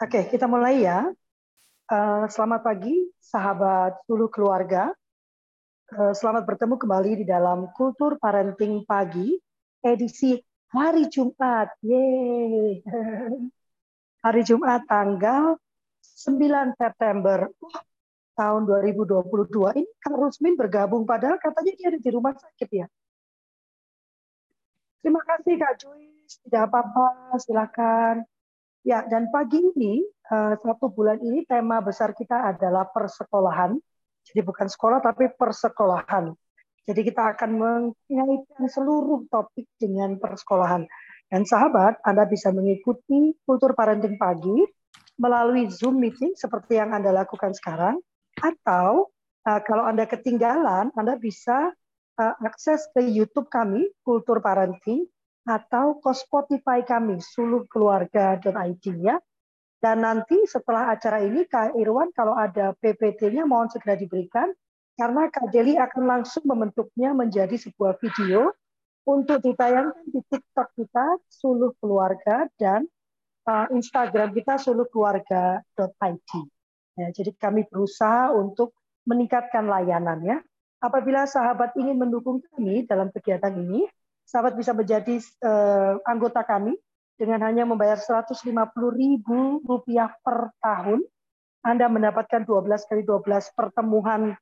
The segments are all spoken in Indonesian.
Oke, kita mulai ya. Selamat pagi, sahabat Suluh Keluarga. Selamat bertemu kembali di dalam Kultur Parenting Pagi, edisi hari Jumat. Yeay. Hari Jumat tanggal 9 September tahun 2022. Ini Kak Rusmin bergabung, padahal katanya dia ada di rumah sakit ya. Terima kasih Kak Joyce, tidak apa-apa, silakan. Ya, dan pagi ini, 1 bulan ini tema besar kita adalah persekolahan. Jadi bukan sekolah, tapi persekolahan. Jadi kita akan mengaitkan seluruh topik dengan persekolahan. Dan sahabat, Anda bisa mengikuti Kultur Parenting Pagi melalui Zoom meeting seperti yang Anda lakukan sekarang. Atau kalau Anda ketinggalan, Anda bisa akses ke YouTube kami, Kultur Parenting, atau ke Spotify kami, suluhkeluarga.id ya. Dan nanti setelah acara ini, Kak Irwan, kalau ada PPT-nya mohon segera diberikan, karena Kak Deli akan langsung membentuknya menjadi sebuah video untuk ditayangkan di TikTok kita, Suluh Keluarga, dan Instagram kita, suluhkeluarga.id. Ya, jadi kami berusaha untuk meningkatkan layanan ya. Apabila sahabat ingin mendukung kami dalam kegiatan ini, sahabat bisa menjadi anggota kami dengan hanya membayar Rp150.000 per tahun. Anda mendapatkan 12 kali 12 pertemuan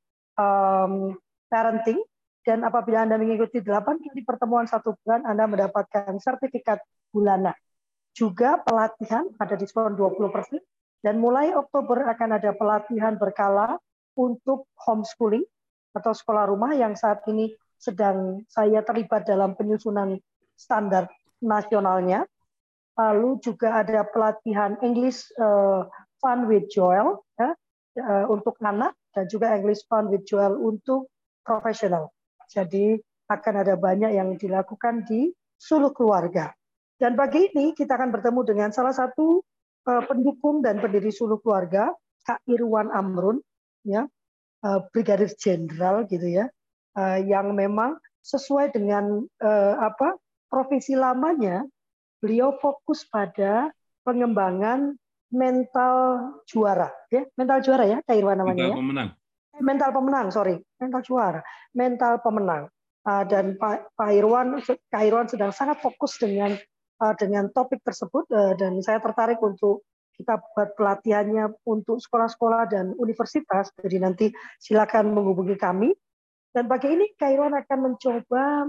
parenting, dan apabila Anda mengikuti 8 kali pertemuan 1 bulan, Anda mendapatkan sertifikat bulanan. Juga pelatihan ada diskon 20%, dan mulai Oktober akan ada pelatihan berkala untuk homeschooling atau sekolah rumah yang saat ini sedang saya terlibat dalam penyusunan standar nasionalnya. Lalu juga ada pelatihan English Fun with Joel ya, untuk anak, dan juga English Fun with Joel untuk profesional. Jadi akan ada banyak yang dilakukan di Suluh Keluarga. Dan pagi ini kita akan bertemu dengan salah satu pendukung dan pendiri Suluh Keluarga, Kak Irwan Amrun, ya, Brigadir Jenderal gitu ya, yang memang sesuai dengan profesi lamanya, beliau fokus pada pengembangan mental juara, ya, mental juara ya, Kak Irwan namanya. Mental pemenang. Mental pemenang, sorry, mental juara, mental pemenang. Dan Kak Irwan sedang sangat fokus dengan topik tersebut, dan saya tertarik untuk kita buat pelatihannya untuk sekolah-sekolah dan universitas. Jadi nanti silakan menghubungi kami. Dan pagi ini Kak Irwan akan mencoba,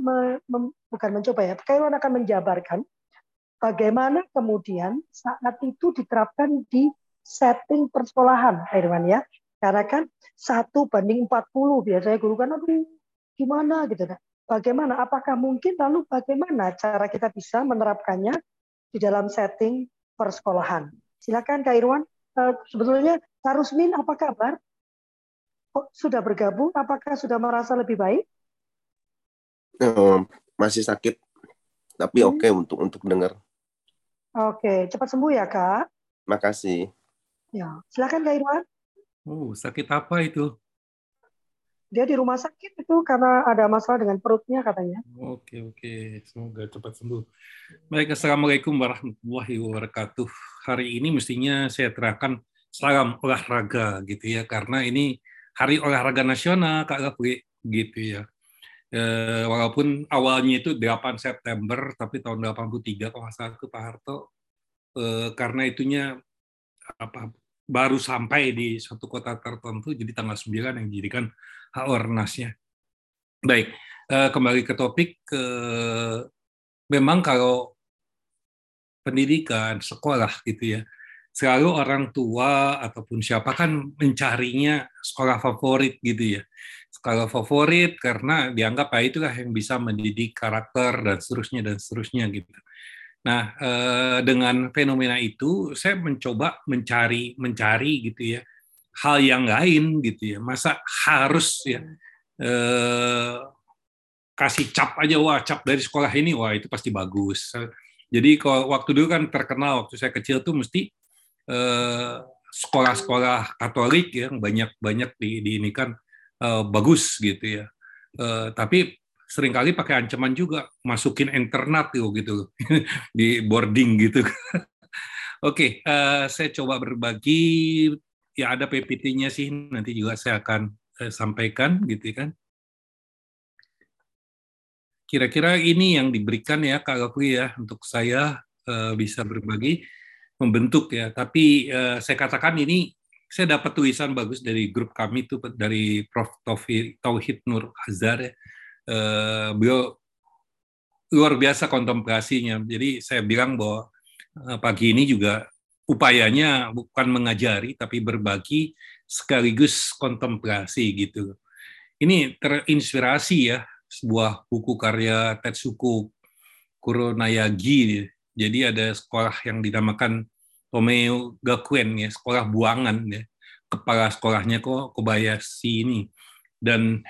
Kak Irwan akan menjabarkan bagaimana kemudian saat itu diterapkan di setting persekolahan, Kak Irwan ya. Karena kan 1:40 biasanya guru kan, aduh gimana gitu. Bagaimana, apakah mungkin, lalu bagaimana cara kita bisa menerapkannya di dalam setting persekolahan. Silakan Kak Irwan. Sebetulnya Kak Rusmin apa kabar? Sudah bergabung, apakah sudah merasa lebih baik? Masih sakit, tapi oke untuk dengar. Oke, cepat sembuh ya Kak. Makasih. Ya, silakan Kak Irwan. Sakit apa itu? Dia di rumah sakit itu karena ada masalah dengan perutnya katanya. Oke. Semoga cepat sembuh. Baik, Assalamualaikum warahmatullahi wabarakatuh. Hari ini mestinya saya terangkan salam olahraga gitu ya, karena ini Hari Olahraga Nasional, Kak Gafri, gitu ya. Walaupun awalnya itu 8 September, tapi tahun 83 kalau nggak salah itu Pak Harto, karena itunya baru sampai di suatu kota tertentu, jadi tanggal 9 yang dijadikan Ornasnya. Baik, kembali ke topik. Memang kalau pendidikan, sekolah gitu ya, selalu orang tua ataupun siapa kan mencarinya sekolah favorit gitu ya. Sekolah favorit karena dianggap itulah yang bisa mendidik karakter dan seterusnya gitu. Nah, dengan fenomena itu saya mencoba mencari gitu ya hal yang lain gitu ya. Masa harus ya kasih cap aja, wah cap dari sekolah ini, wah itu pasti bagus. Jadi kalau waktu dulu kan terkenal waktu saya kecil tuh mesti sekolah-sekolah Katolik yang banyak di ini kan bagus gitu ya. Tapi seringkali pakai ancaman juga, masukin internat gitu di boarding gitu. Oke, saya coba berbagi, ya ada PPT-nya sih, nanti juga saya akan sampaikan gitu kan. Kira-kira ini yang diberikan ya Kak Gafri ya, untuk saya bisa berbagi, membentuk ya. Tapi saya katakan ini, saya dapat tulisan bagus dari grup kami itu dari Prof. Tauhid Nur Azhar ya. Beliau luar biasa kontemplasinya. Jadi saya bilang bahwa pagi ini juga upayanya bukan mengajari, tapi berbagi sekaligus kontemplasi gitu. Ini terinspirasi ya, sebuah buku karya Tetsuko Kuronayagi. Jadi ada sekolah yang dinamakan Tomeo Gakuen ya, sekolah buangan ya. Kepala sekolahnya kok Kobayashi ini. Dan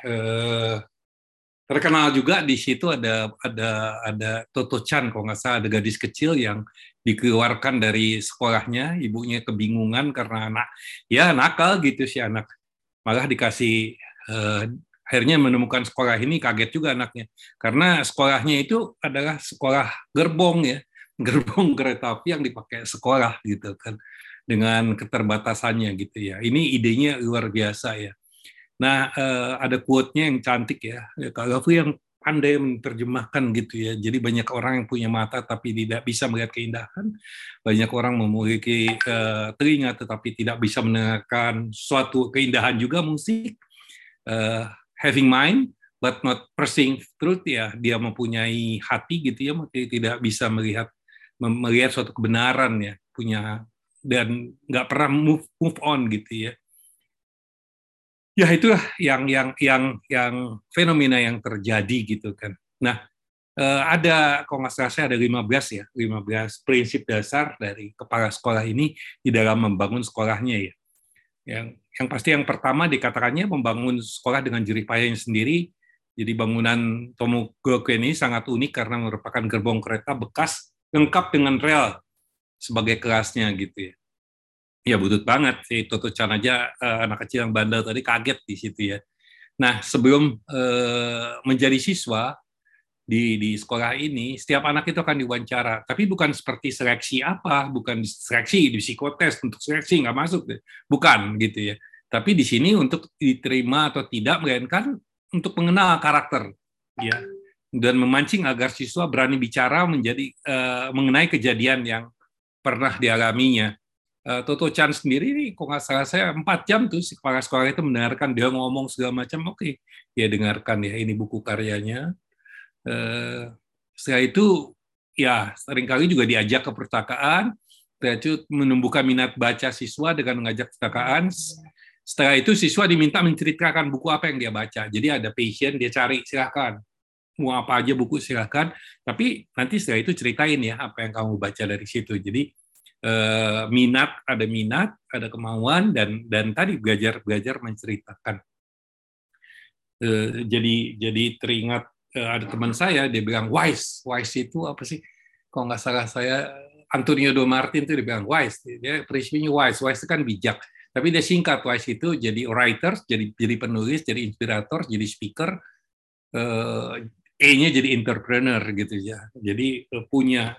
terkenal juga di situ ada Toto Chan, kalau nggak salah, ada gadis kecil yang dikeluarkan dari sekolahnya, ibunya kebingungan karena nakal gitu si anak, malah dikasih akhirnya menemukan sekolah ini, kaget juga anaknya karena sekolahnya itu adalah sekolah gerbong ya, gerbong kereta api yang dipakai sekolah gitu kan, dengan keterbatasannya gitu ya. Ini idenya luar biasa ya. Nah, ada quote-nya yang cantik ya. Kak Gafri yang pandai menerjemahkan gitu ya. Jadi banyak orang yang punya mata tapi tidak bisa melihat keindahan. Banyak orang memiliki telinga tetapi tidak bisa mendengarkan suatu keindahan juga musik. Having mind but not perceiving truth ya. Dia mempunyai hati gitu ya, tapi tidak bisa melihat suatu kebenaran ya. Dan nggak pernah move on gitu ya. Ya itulah yang fenomena yang terjadi gitu kan. Nah, ada kalau nggak salah saya ada 15 ya, 15 prinsip dasar dari kepala sekolah ini di dalam membangun sekolahnya ya. Yang pasti yang pertama dikatakannya membangun sekolah dengan jerih payahnya sendiri. Jadi bangunan Tomogakuen ini sangat unik karena merupakan gerbong kereta bekas lengkap dengan rel sebagai kelasnya gitu ya. Ya butut banget sih, Toto Chan aja anak kecil yang bandel tadi kaget di situ ya. Nah sebelum menjadi siswa di sekolah ini, setiap anak itu akan diwawancara, tapi bukan seperti seleksi apa, bukan seleksi di psikotes untuk seleksi nggak masuk, bukan gitu ya. Tapi di sini untuk diterima atau tidak, melainkan untuk mengenal karakter, ya, dan memancing agar siswa berani bicara mengenai kejadian yang pernah dialaminya. Toto Chan sendiri nih, kok nggak salah saya 4 jam tuh si kepala sekolah itu mendengarkan dia ngomong segala macam, oke, ya dengarkan ya, ini buku karyanya. Setelah itu ya seringkali juga diajak ke perpustakaan, setelah itu menumbuhkan minat baca siswa dengan mengajak perpustakaan. Setelah itu siswa diminta menceritakan buku apa yang dia baca. Jadi ada passion, dia cari, silahkan. Mau apa aja buku silahkan, tapi nanti setelah itu ceritain ya apa yang kamu baca dari situ. Jadi minat, ada kemauan, dan tadi belajar menceritakan. Jadi teringat ada teman saya, dia bilang wise itu apa sih? Kalau nggak salah saya Antonio Do Martin itu dia bilang wise, dia prinsipnya wise itu kan bijak, tapi dia singkat wise itu jadi writer, jadi penulis, jadi inspirator, jadi speaker, E-nya jadi entrepreneur gitu ya. Jadi punya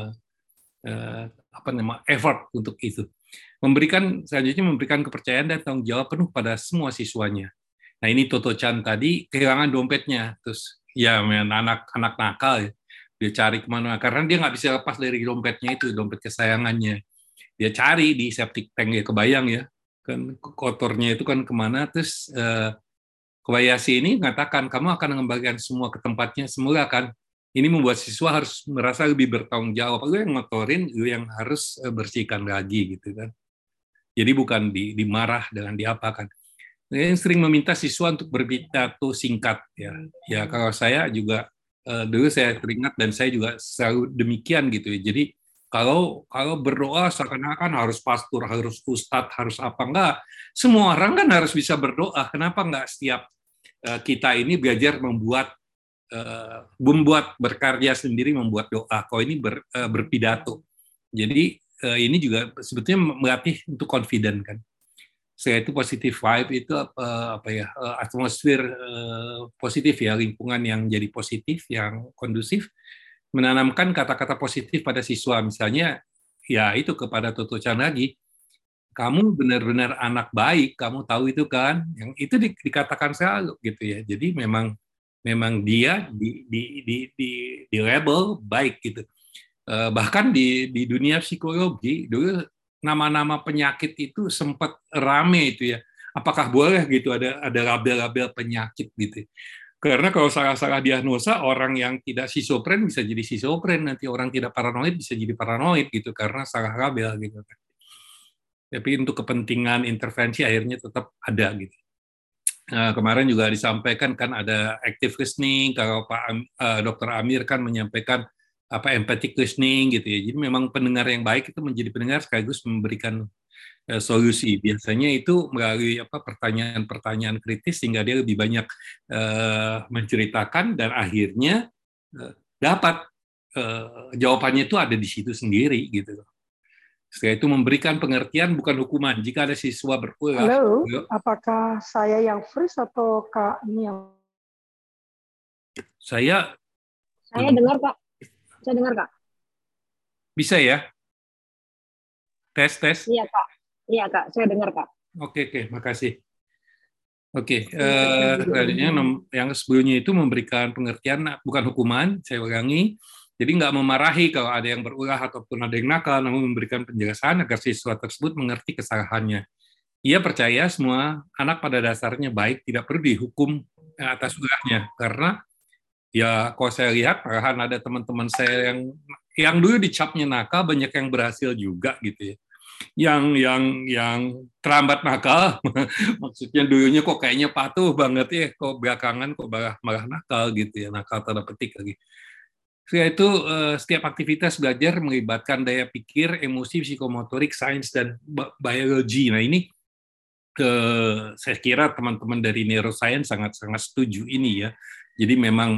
effort untuk itu. Selanjutnya memberikan kepercayaan dan tanggung jawab penuh pada semua siswanya. Nah ini Toto Chan tadi kehilangan dompetnya, terus ya anak nakal ya, dia cari kemana karena dia nggak bisa lepas dari dompetnya itu, dompet kesayangannya. Dia cari di septic tank ya, kebayang ya, kan kotornya itu kan kemana. Terus Kobayashi ini mengatakan kamu akan mengembalikan semua ke tempatnya semula kan. Ini membuat siswa harus merasa lebih bertanggung jawab. Lu yang ngotorin, lu yang harus bersihkan lagi gitu kan. Jadi bukan dimarah dengan diapakan. Yang sering meminta siswa untuk berpidato singkat ya. Ya kalau saya juga dulu saya teringat dan saya juga selalu demikian gitu ya. Jadi kalau berdoa seakan-akan harus pastor, harus ustadz, harus apa, enggak. Semua orang kan harus bisa berdoa. Kenapa enggak setiap kita ini belajar membuat berkarya sendiri, membuat doa. Kalau ini berpidato. Jadi ini juga sebetulnya melatih untuk confident kan. Saya itu positive vibe itu atmosfer positif ya, lingkungan yang jadi positif, yang kondusif, menanamkan kata-kata positif pada siswa. Misalnya ya itu kepada Toto Chan lagi, kamu benar-benar anak baik, kamu tahu itu kan, yang itu dikatakan selalu gitu ya. Jadi memang dia di label baik gitu. Bahkan di dunia psikologi dulu nama-nama penyakit itu sempat rame itu ya. Apakah boleh gitu ada label-label penyakit gitu? Karena kalau salah-salah diagnosa, orang yang tidak schizofren bisa jadi schizofren, nanti orang tidak paranoid bisa jadi paranoid gitu karena salah label gitu. Tapi untuk kepentingan intervensi akhirnya tetap ada gitu. Kemarin juga disampaikan kan ada active listening, kalau Dr. Amir kan menyampaikan empathic listening gitu ya. Jadi memang pendengar yang baik itu menjadi pendengar sekaligus memberikan solusi. Biasanya itu melalui pertanyaan-pertanyaan kritis sehingga dia lebih banyak menceritakan dan akhirnya dapat jawabannya itu ada di situ sendiri gitu. Setelah itu memberikan pengertian bukan hukuman. Jika ada siswa berulah. Halo, apakah saya yang freeze atau Kak ini yang? Saya dengar Kak. Saya dengar Kak. Bisa ya? Tes. Iya Kak. Iya Kak, saya dengar Kak. Oke, makasih. Oke, yang sebelumnya itu memberikan pengertian bukan hukuman, saya ulangi. Jadi nggak memarahi kalau ada yang berulah ataupun ada yang nakal, namun memberikan penjelasan agar siswa tersebut mengerti kesalahannya. Ia percaya semua anak pada dasarnya baik, tidak perlu dihukum atas ulahnya. Karena ya kalau saya lihat, malahan ada teman-teman saya yang dulu dicapnya nakal, banyak yang berhasil juga gitu ya. Yang terlambat nakal, maksudnya dulunya kok kayaknya patuh banget ya, kok belakangan kok malah nakal gitu ya, nakal tanda petik lagi. Setelah itu, setiap aktivitas belajar melibatkan daya pikir, emosi, psikomotorik, sains, dan biologi. Nah ini saya kira teman-teman dari neuroscience sangat-sangat setuju ini ya. Jadi memang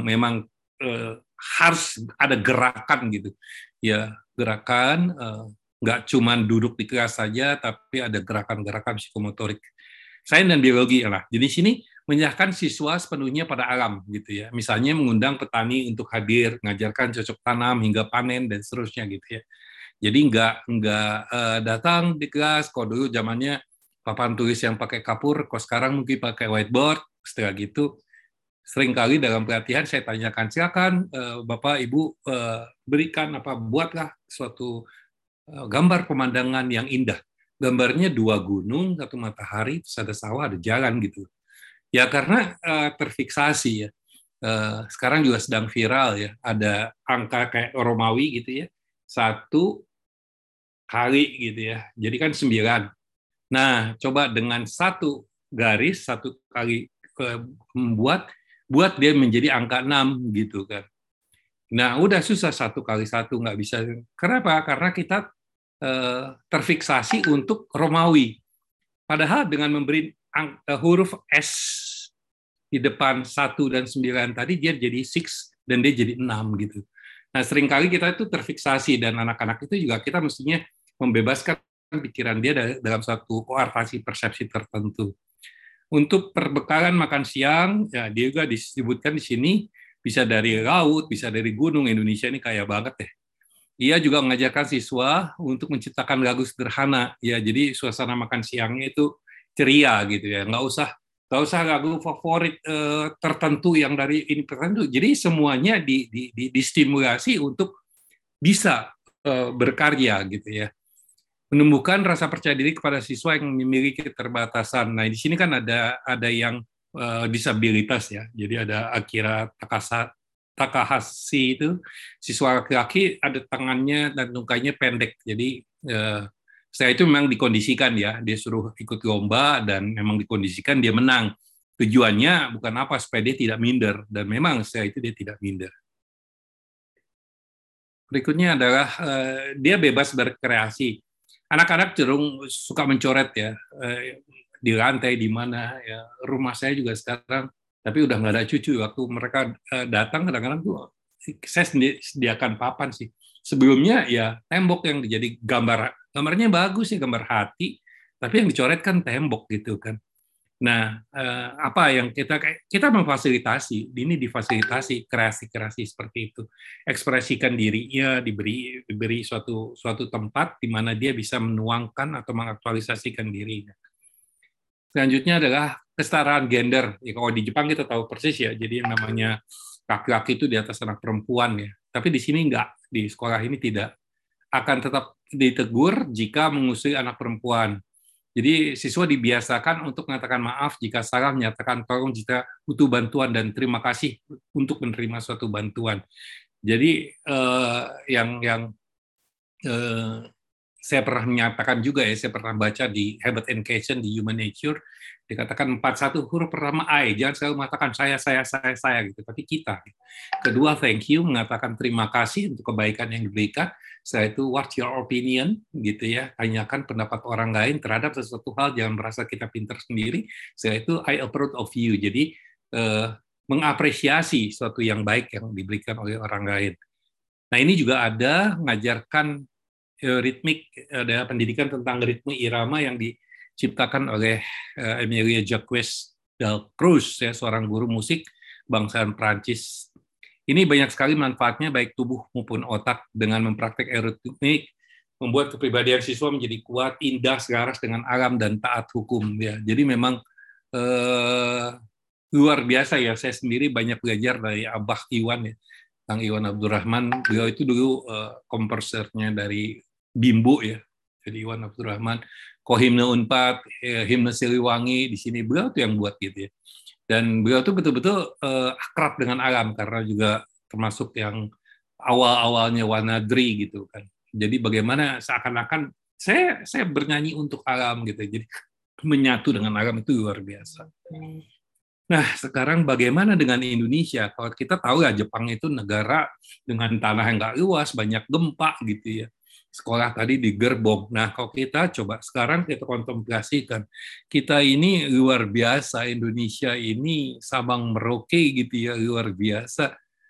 harus ada gerakan gitu. Ya, gerakan nggak cuma duduk di kelas saja, tapi ada gerakan-gerakan psikomotorik. Sains dan biologi lah. Jadi sini menyerahkan siswa sepenuhnya pada alam gitu ya. Misalnya mengundang petani untuk hadir, mengajarkan cocok tanam hingga panen dan seterusnya gitu ya. Jadi nggak datang di kelas, kok dulu zamannya papan tulis yang pakai kapur, kok sekarang mungkin pakai whiteboard. Setelah gitu seringkali dalam pelatihan saya tanyakan, silakan Bapak Ibu berikan buatlah suatu gambar pemandangan yang indah. Gambarnya 2 gunung, 1 matahari, terus ada sawah, ada jalan gitu. Ya karena terfiksasi ya. Sekarang juga sedang viral ya, ada angka kayak Romawi gitu ya, 1 kali gitu ya. Jadi kan 9. Nah, coba dengan 1 garis, 1 kali buat dia menjadi angka 6 gitu kan. Nah, udah susah 1 kali 1 nggak bisa. Kenapa? Karena kita terfiksasi untuk Romawi. Padahal dengan memberi huruf S di depan 1 dan 9 tadi, dia jadi 6 dan dia jadi 6 gitu. Nah, seringkali kita itu terfiksasi, dan anak-anak itu juga kita mestinya membebaskan pikiran dia dalam satu koartasi persepsi tertentu. Untuk perbekalan makan siang, ya dia juga disebutkan di sini, bisa dari laut, bisa dari gunung. Indonesia ini kaya banget deh. Ia juga mengajarkan siswa untuk menciptakan lagu sederhana. Ya, jadi suasana makan siangnya itu ceria gitu ya. Nggak usah lagu favorit tertentu yang dari ini tertentu. Jadi semuanya distimulasi untuk bisa berkarya gitu ya. Menumbuhkan rasa percaya diri kepada siswa yang memiliki keterbatasan. Nah, di sini kan ada yang disabilitas ya. Jadi ada Akira Takahashi itu, siswa laki-laki ada tangannya dan tungkainya pendek. Jadi setelah itu memang dikondisikan ya, dia suruh ikut lomba dan memang dikondisikan dia menang. Tujuannya bukan apa, supaya dia tidak minder, dan memang setelah itu dia tidak minder. Berikutnya adalah dia bebas berkreasi. Anak-anak cenderung suka mencoret ya, di lantai di mana ya. Rumah saya juga sekarang, tapi udah nggak ada cucu. Waktu mereka datang kadang-kadang tuh saya sediakan papan sih. Sebelumnya ya tembok yang jadi gambarnya bagus sih, gambar hati, tapi yang dicoret kan tembok gitu kan. Nah, apa yang kita memfasilitasi, ini difasilitasi kreasi-kreasi seperti itu, ekspresikan dirinya, diberi suatu tempat di mana dia bisa menuangkan atau mengaktualisasikan dirinya. Selanjutnya adalah kesetaraan gender. Ya, kalau di Jepang kita tahu persis ya, jadi yang namanya laki-laki itu di atas anak perempuan ya. Tapi di sini enggak, di sekolah ini tidak. Akan tetap ditegur jika mengusui anak perempuan. Jadi siswa dibiasakan untuk mengatakan maaf jika salah, menyatakan tolong jika butuh bantuan, dan terima kasih untuk menerima suatu bantuan. Jadi yang saya pernah menyatakan juga ya, saya pernah baca di Habit and Education di Human Nature, dikatakan 41 huruf pertama I, jangan selalu mengatakan saya gitu, tapi kita. Kedua, thank you, mengatakan terima kasih untuk kebaikan yang diberikan. Setelah itu, what's your opinion, gitu ya, tanyakan pendapat orang lain terhadap sesuatu hal, jangan merasa kita pintar sendiri. Setelah itu, I approve of you, jadi mengapresiasi sesuatu yang baik yang diberikan oleh orang lain. Nah, ini juga ada mengajarkan ritmik, ada pendidikan tentang ritme irama yang diciptakan oleh Emilia Jacques Dalcroze, ya, seorang guru musik bangsaan Prancis. Ini banyak sekali manfaatnya baik tubuh maupun otak. Dengan mempraktek ritmik, membuat kepribadian siswa menjadi kuat, indah, selaras dengan alam dan taat hukum. Ya, jadi memang luar biasa ya. Saya sendiri banyak belajar dari Abah Iwan ya, Kang Iwan Abdurrahman. Beliau itu dulu komposernya dari Bimbo ya. Jadi Iwan Abdurrahman, Kohimne Unpad, Himne Siliwangi, di sini beliau tuh yang buat gitu ya. Dan beliau tuh betul-betul akrab dengan alam, karena juga termasuk yang awal-awalnya Wanadri gitu kan. Jadi bagaimana seakan-akan saya bernyanyi untuk alam gitu. Jadi menyatu dengan alam itu luar biasa. Nah, sekarang bagaimana dengan Indonesia? Kalau kita tahu ya, Jepang itu negara dengan tanah yang nggak luas, banyak gempa gitu ya. Sekolah tadi digerbong. Nah, kalau kita coba sekarang kita kontemplasikan, kita ini luar biasa, Indonesia ini Sabang Merauke gitu ya, luar biasa.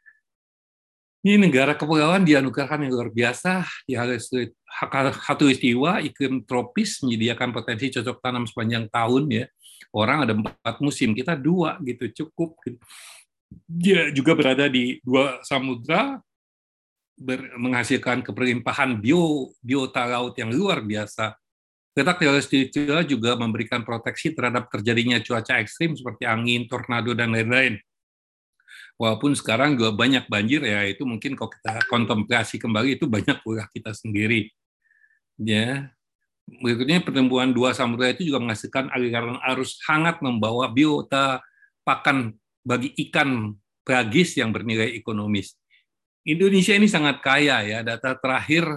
Ini negara kepulauan dianugerahkan yang luar biasa, di khatulistiwa, iklim tropis, menyediakan potensi cocok tanam sepanjang tahun ya. Orang ada 4 musim, kita 2 gitu, cukup. Dia juga berada di 2 samudra, menghasilkan keberlimpahan biota laut yang luar biasa. Letak terestrial juga memberikan proteksi terhadap terjadinya cuaca ekstrim seperti angin, tornado, dan lain-lain. Walaupun sekarang juga banyak banjir ya, itu mungkin kalau kita kontemplasi kembali itu banyak ulah kita sendiri. Ya. Berikutnya, pertumbuhan 2 samudra itu juga menghasilkan aliran arus hangat membawa biota pakan bagi ikan pelagis yang bernilai ekonomis. Indonesia ini sangat kaya ya. Data terakhir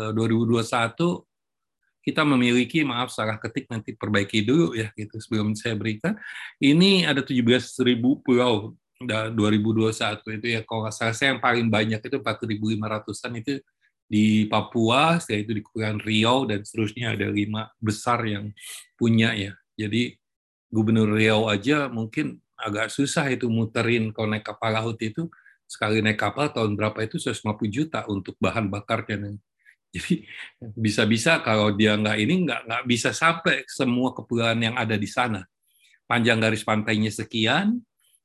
2021 kita memiliki, maaf salah ketik, nanti perbaiki dulu ya gitu sebelum saya berikan. Ini ada 17.000 pulau 2021 itu ya, kalau nggak salah saya yang paling banyak itu 4.500-an itu di Papua, setelah itu di Kepulauan Riau, dan seterusnya ada 5 besar yang punya ya. Jadi Gubernur Riau aja mungkin agak susah itu muterin kalau naik kapal laut itu. Sekali naik kapal tahun berapa itu 150 juta untuk bahan bakarnya. Jadi bisa-bisa kalau dia nggak bisa sampai semua kepulauan yang ada di sana. Panjang garis pantainya sekian,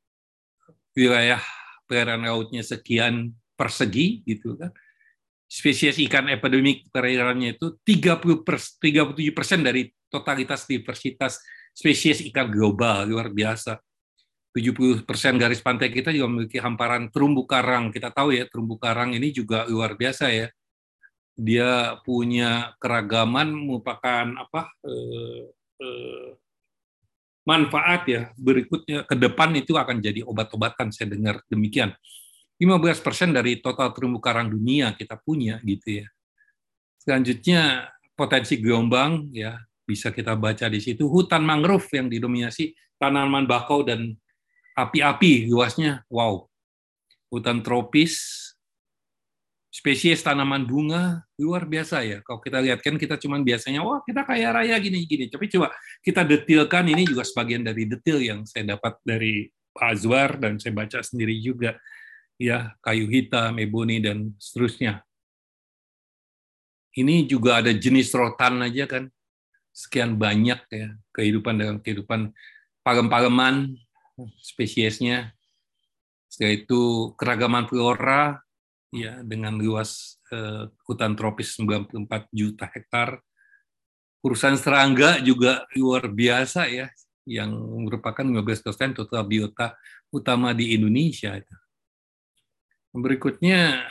wilayah perairan lautnya sekian persegi gitu kan. Spesies ikan endemik perairannya itu 37% dari totalitas diversitas spesies ikan global, luar biasa. 70% garis pantai kita juga memiliki hamparan terumbu karang. Kita tahu ya, terumbu karang ini juga luar biasa ya. Dia punya keragaman, merupakan manfaat ya. Berikutnya ke depan itu akan jadi obat-obatan, saya dengar demikian. 15% dari total terumbu karang dunia kita punya gitu ya. Selanjutnya potensi gelombang ya, bisa kita baca di situ. Hutan mangrove yang didominasi tanaman bakau dan api-api, luasnya wow. Hutan tropis, spesies tanaman bunga luar biasa ya. Kalau kita lihat kan kita cuman biasanya wah kita kaya raya gini-gini. Tapi coba kita detilkan, ini juga sebagian dari detil yang saya dapat dari Pak Azwar dan saya baca sendiri juga ya, kayu hitam, eboni dan seterusnya. Ini juga ada jenis rotan aja kan. Sekian banyak ya kehidupan dalam kehidupan palem-paleman spesiesnya. Setelah itu keragaman flora, ya, dengan luas hutan tropis 94 juta hektar. Urusan serangga juga luar biasa ya, yang merupakan 15% total biota utama di Indonesia. Berikutnya,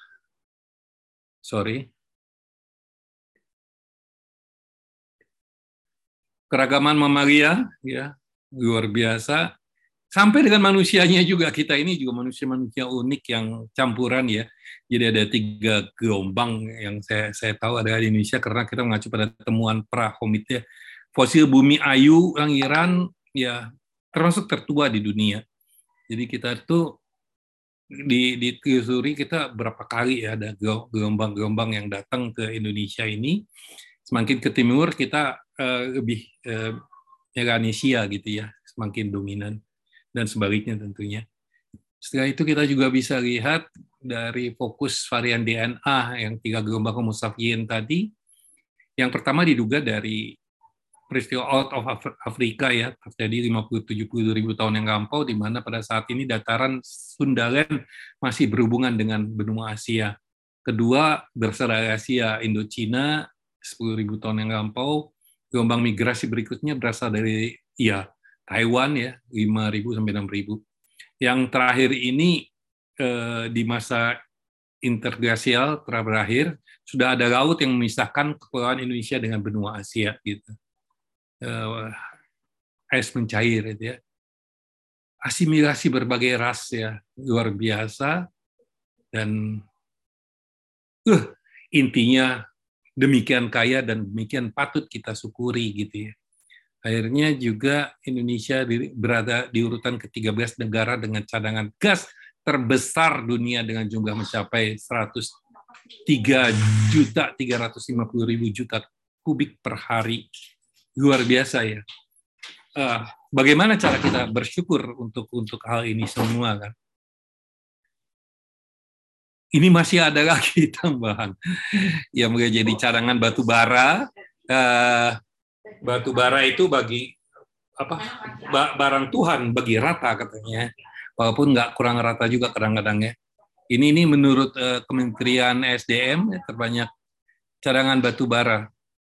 keragaman mamalia, ya, luar biasa. Sampai dengan manusianya juga, kita ini juga manusia-manusia unik yang campuran ya. Jadi ada 3 gelombang yang saya tahu ada di Indonesia karena kita mengacu pada temuan prahomit ya. Fosil bumi ayu Iran ya termasuk tertua di dunia. Jadi kita itu ditelusuri kita berapa kali ya ada gelombang-gelombang yang datang ke Indonesia ini. Semakin ke timur kita lebih Melanesia gitu ya, semakin dominan. Dan sebaliknya tentunya. Setelah itu kita juga bisa lihat dari fokus varian DNA yang 3 gelombang Homo sapiens tadi. Yang pertama diduga dari peristiwa out of Afrika ya, terjadi 50-70 ribu tahun yang lampau, di mana pada saat ini dataran Sundaland masih berhubungan dengan benua Asia. Kedua, berasal dari Asia, Indochina, 10.000 tahun yang lampau. Gelombang migrasi berikutnya berasal dari Taiwan ya, 5.000 sampai 6.000. Yang terakhir ini di masa interglasial terakhir sudah ada laut yang memisahkan kepulauan Indonesia dengan benua Asia gitu. Es mencair gitu ya. Asimilasi berbagai ras ya, luar biasa dan intinya demikian kaya dan demikian patut kita syukuri gitu ya. Akhirnya juga Indonesia berada di urutan ke-13 negara dengan cadangan gas terbesar dunia dengan jumlah mencapai 103.350.000 juta kubik per hari. Luar biasa ya. Bagaimana cara kita bersyukur untuk hal ini semua kan? Ini masih ada lagi tambahan yang menjadi cadangan batu bara. Batu bara itu bagi barang Tuhan bagi rata katanya, walaupun nggak kurang rata juga kadang-kadang ya. Ini menurut Kementerian SDM ya, terbanyak cadangan batu bara.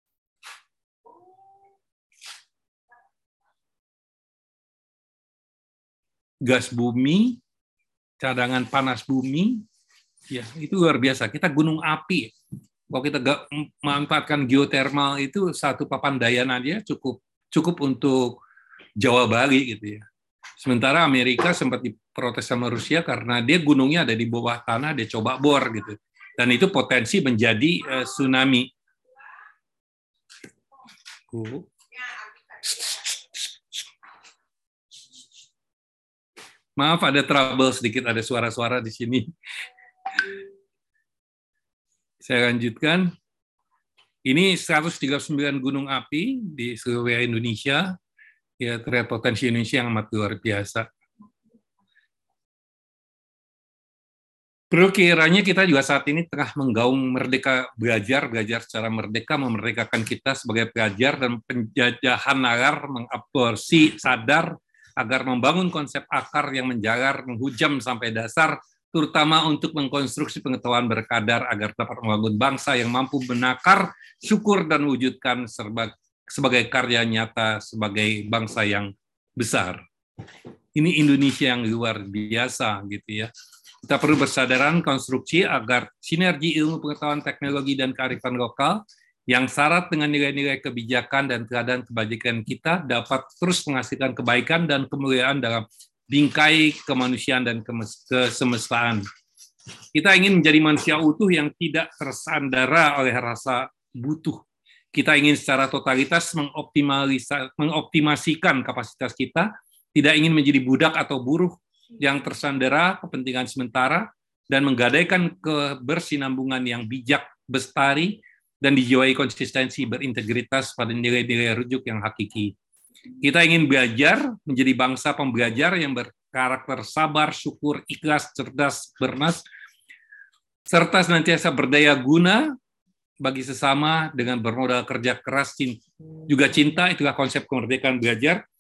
Gas bumi, cadangan panas bumi, ya itu luar biasa. Kita gunung api. Kalau kita memanfaatkan geotermal itu satu papan dayan aja cukup untuk Jawa Bali gitu ya. Sementara Amerika sempat diprotes sama Rusia karena dia gunungnya ada di bawah tanah, dia coba bor gitu. Dan itu potensi menjadi tsunami. Maaf ada trouble sedikit, ada suara-suara di sini. Saya lanjutkan. Ini 139 gunung api di seluruh Indonesia. Ya, terlihat potensi Indonesia yang amat luar biasa. Perkiranya kita juga saat ini tengah menggaung merdeka belajar secara merdeka, memerdekakan kita sebagai pelajar dan penjajahan nalar mengaborsi sadar agar membangun konsep akar yang menjalar, menghujam sampai dasar, terutama untuk mengkonstruksi pengetahuan berkadar agar dapat membangun bangsa yang mampu menakar, syukur, dan wujudkan sebagai karya nyata sebagai bangsa yang besar. Ini Indonesia yang luar biasa gitu ya. Kita perlu bersadaran konstruksi agar sinergi ilmu pengetahuan teknologi dan kearifan lokal yang syarat dengan nilai-nilai kebijakan dan keadaan kebajikan kita dapat terus menghasilkan kebaikan dan kemuliaan dalam bingkai kemanusiaan dan kesemestaan. Kita ingin menjadi manusia utuh yang tidak tersandera oleh rasa butuh. Kita ingin secara totalitas mengoptimasikan kapasitas kita, tidak ingin menjadi budak atau buruh yang tersandera kepentingan sementara, dan menggadaikan kebersinambungan yang bijak, bestari, dan dijiwai konsistensi berintegritas pada nilai-nilai rujuk yang hakiki. Kita ingin belajar menjadi bangsa pembelajar yang berkarakter sabar, syukur, ikhlas, cerdas, bernas, serta senantiasa berdaya guna bagi sesama dengan bermodal kerja keras, juga cinta. Itulah konsep kemerdekaan belajar.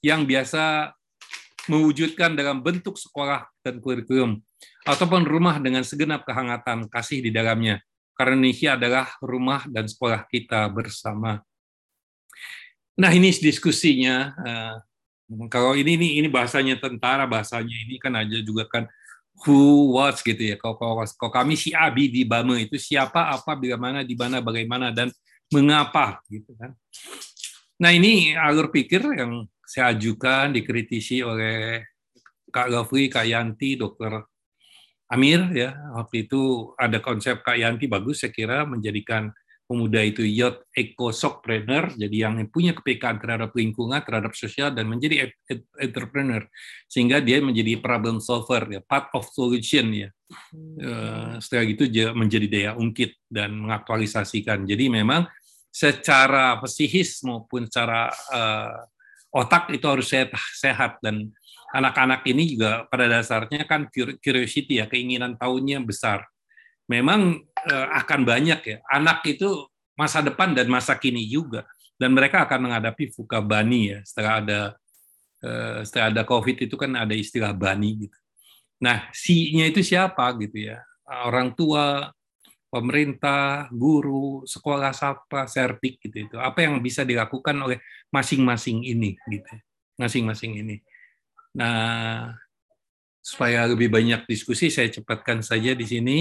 yang biasa mewujudkan dalam bentuk sekolah dan kurikulum, ataupun rumah dengan segenap kehangatan kasih di dalamnya. Karena Indonesia adalah rumah dan sekolah kita bersama. Nah, ini diskusinya. Kalau ini bahasanya tentara, bahasanya ini kan aja juga kan who, what gitu ya. Kalau kami si Abi di Bame itu siapa, apa, bila mana, di mana, bagaimana, dan mengapa gitu kan. Nah, ini alur pikir yang saya ajukan, dikritisi oleh Kak Gafri, Kak Yanti, Dr. Amir ya. Waktu itu ada konsep Kak Yanti bagus saya kira, menjadikan pemuda itu youth eco-shockpreneur, jadi yang punya kepekaan terhadap lingkungan, terhadap sosial, dan menjadi entrepreneur, sehingga dia menjadi problem solver, ya, part of solution ya. Setelah itu dia menjadi daya ungkit dan mengaktualisasikan. Jadi memang secara psikis maupun secara otak itu harus sehat, dan anak-anak ini juga pada dasarnya kan curiosity ya, keinginan tahunya besar. Memang akan banyak ya, anak itu masa depan dan masa kini juga, dan mereka akan menghadapi VUCA bani ya, setelah ada COVID itu kan ada istilah bani gitu. Nah, si-nya itu siapa gitu ya, orang tua, pemerintah, guru, sekolah sapa, serpik gitu itu. Apa yang bisa dilakukan oleh masing-masing ini gitu, masing-masing ini. Nah, supaya lebih banyak diskusi, saya cepatkan saja di sini.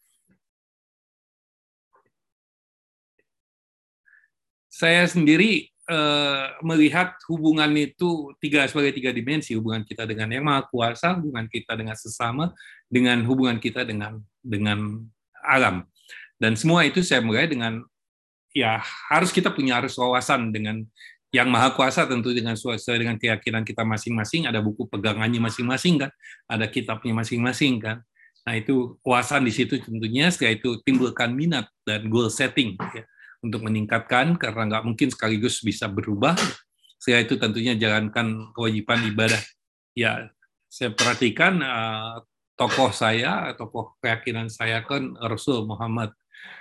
Saya sendiri melihat hubungan itu sebagai tiga dimensi, hubungan kita dengan Yang Maha Kuasa, hubungan kita dengan sesama, dengan hubungan kita dengan alam. Dan semua itu saya mulai dengan ya harus kita punya wawasan dengan Yang Maha Kuasa, tentu dengan sesuai dengan keyakinan kita masing-masing, ada buku pegangannya masing-masing kan, ada kitabnya masing-masing kan. Nah, itu wawasan di situ tentunya, setelah itu timbulkan minat dan goal setting ya, untuk meningkatkan, karena nggak mungkin sekaligus bisa berubah. Setelah itu tentunya jalankan kewajiban ibadah. Ya, saya perhatikan tokoh keyakinan saya kan Rasul Muhammad.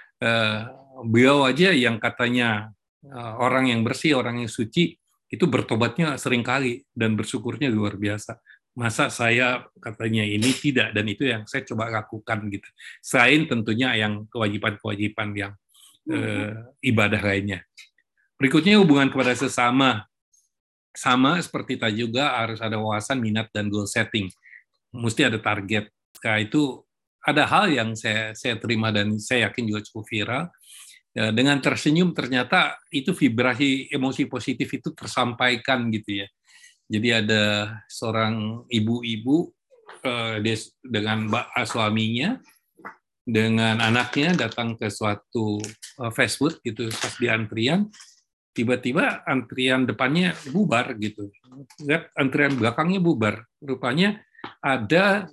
Beliau aja yang katanya orang yang bersih, orang yang suci, itu bertobatnya seringkali dan bersyukurnya luar biasa. Masa saya katanya ini tidak, dan itu yang saya coba lakukan gitu. Selain tentunya yang kewajiban-kewajiban yang ibadah lainnya. Berikutnya hubungan kepada sesama. Sama seperti tadi juga harus ada wawasan, minat, dan goal setting. Mesti ada target. Nah, itu ada hal yang saya terima dan saya yakin juga cukup viral. Dengan tersenyum ternyata itu vibrasi emosi positif itu tersampaikan gitu ya. Jadi ada seorang ibu-ibu dengan suaminya, dengan anaknya datang ke suatu fast food gitu, pas di antrian, tiba-tiba antrian depannya bubar gitu, lihat antrian belakangnya bubar, rupanya ada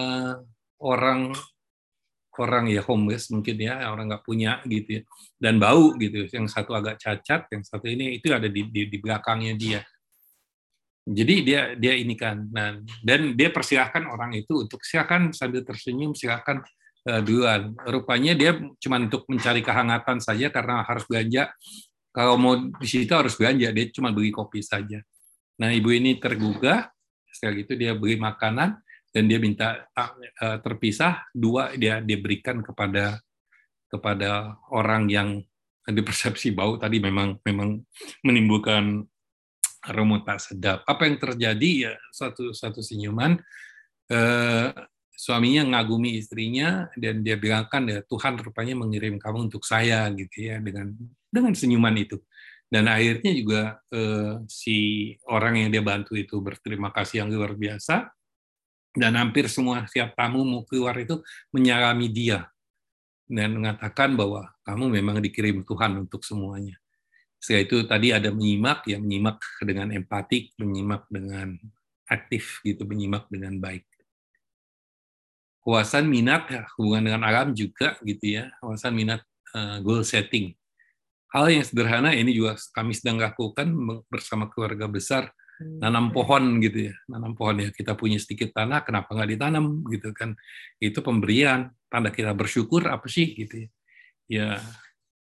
orang ya homeless mungkin ya, orang nggak punya gitu ya, dan bau gitu, yang satu agak cacat, yang satu ini itu ada di belakangnya dia. Jadi dia ini kan, nah, dan dia persilahkan orang itu untuk silakan sambil tersenyum, silakan duluan. Rupanya dia cuma untuk mencari kehangatan saja karena harus belanja. Kalau mau di situ harus belanja, dia cuma beli kopi saja. Nah, ibu ini tergugah, setelah itu dia beli makanan dan dia minta terpisah, dua dia berikan kepada orang yang dipersepsi bau tadi memang menimbulkan aroma tak sedap. Apa yang terjadi ya, satu senyuman, suaminya ngagumi istrinya dan dia bilangkan ya, Tuhan rupanya mengirim kamu untuk saya gitu ya, dengan senyuman itu. Dan akhirnya juga si orang yang dia bantu itu berterima kasih yang luar biasa, dan hampir semua siap tamu mau keluar itu menyalami dia dan mengatakan bahwa kamu memang dikirim Tuhan untuk semuanya. Setelah itu tadi ada menyimak dengan empatik, menyimak dengan aktif gitu, menyimak dengan baik. Wawasan minat, hubungan dengan alam juga gitu ya, wawasan minat, goal setting. Hal yang sederhana ini juga kami sedang lakukan bersama keluarga besar, nanam pohon gitu ya, nanam pohon ya, kita punya sedikit tanah, kenapa nggak ditanam gitu kan, itu pemberian, tanda kita bersyukur apa sih gitu ya,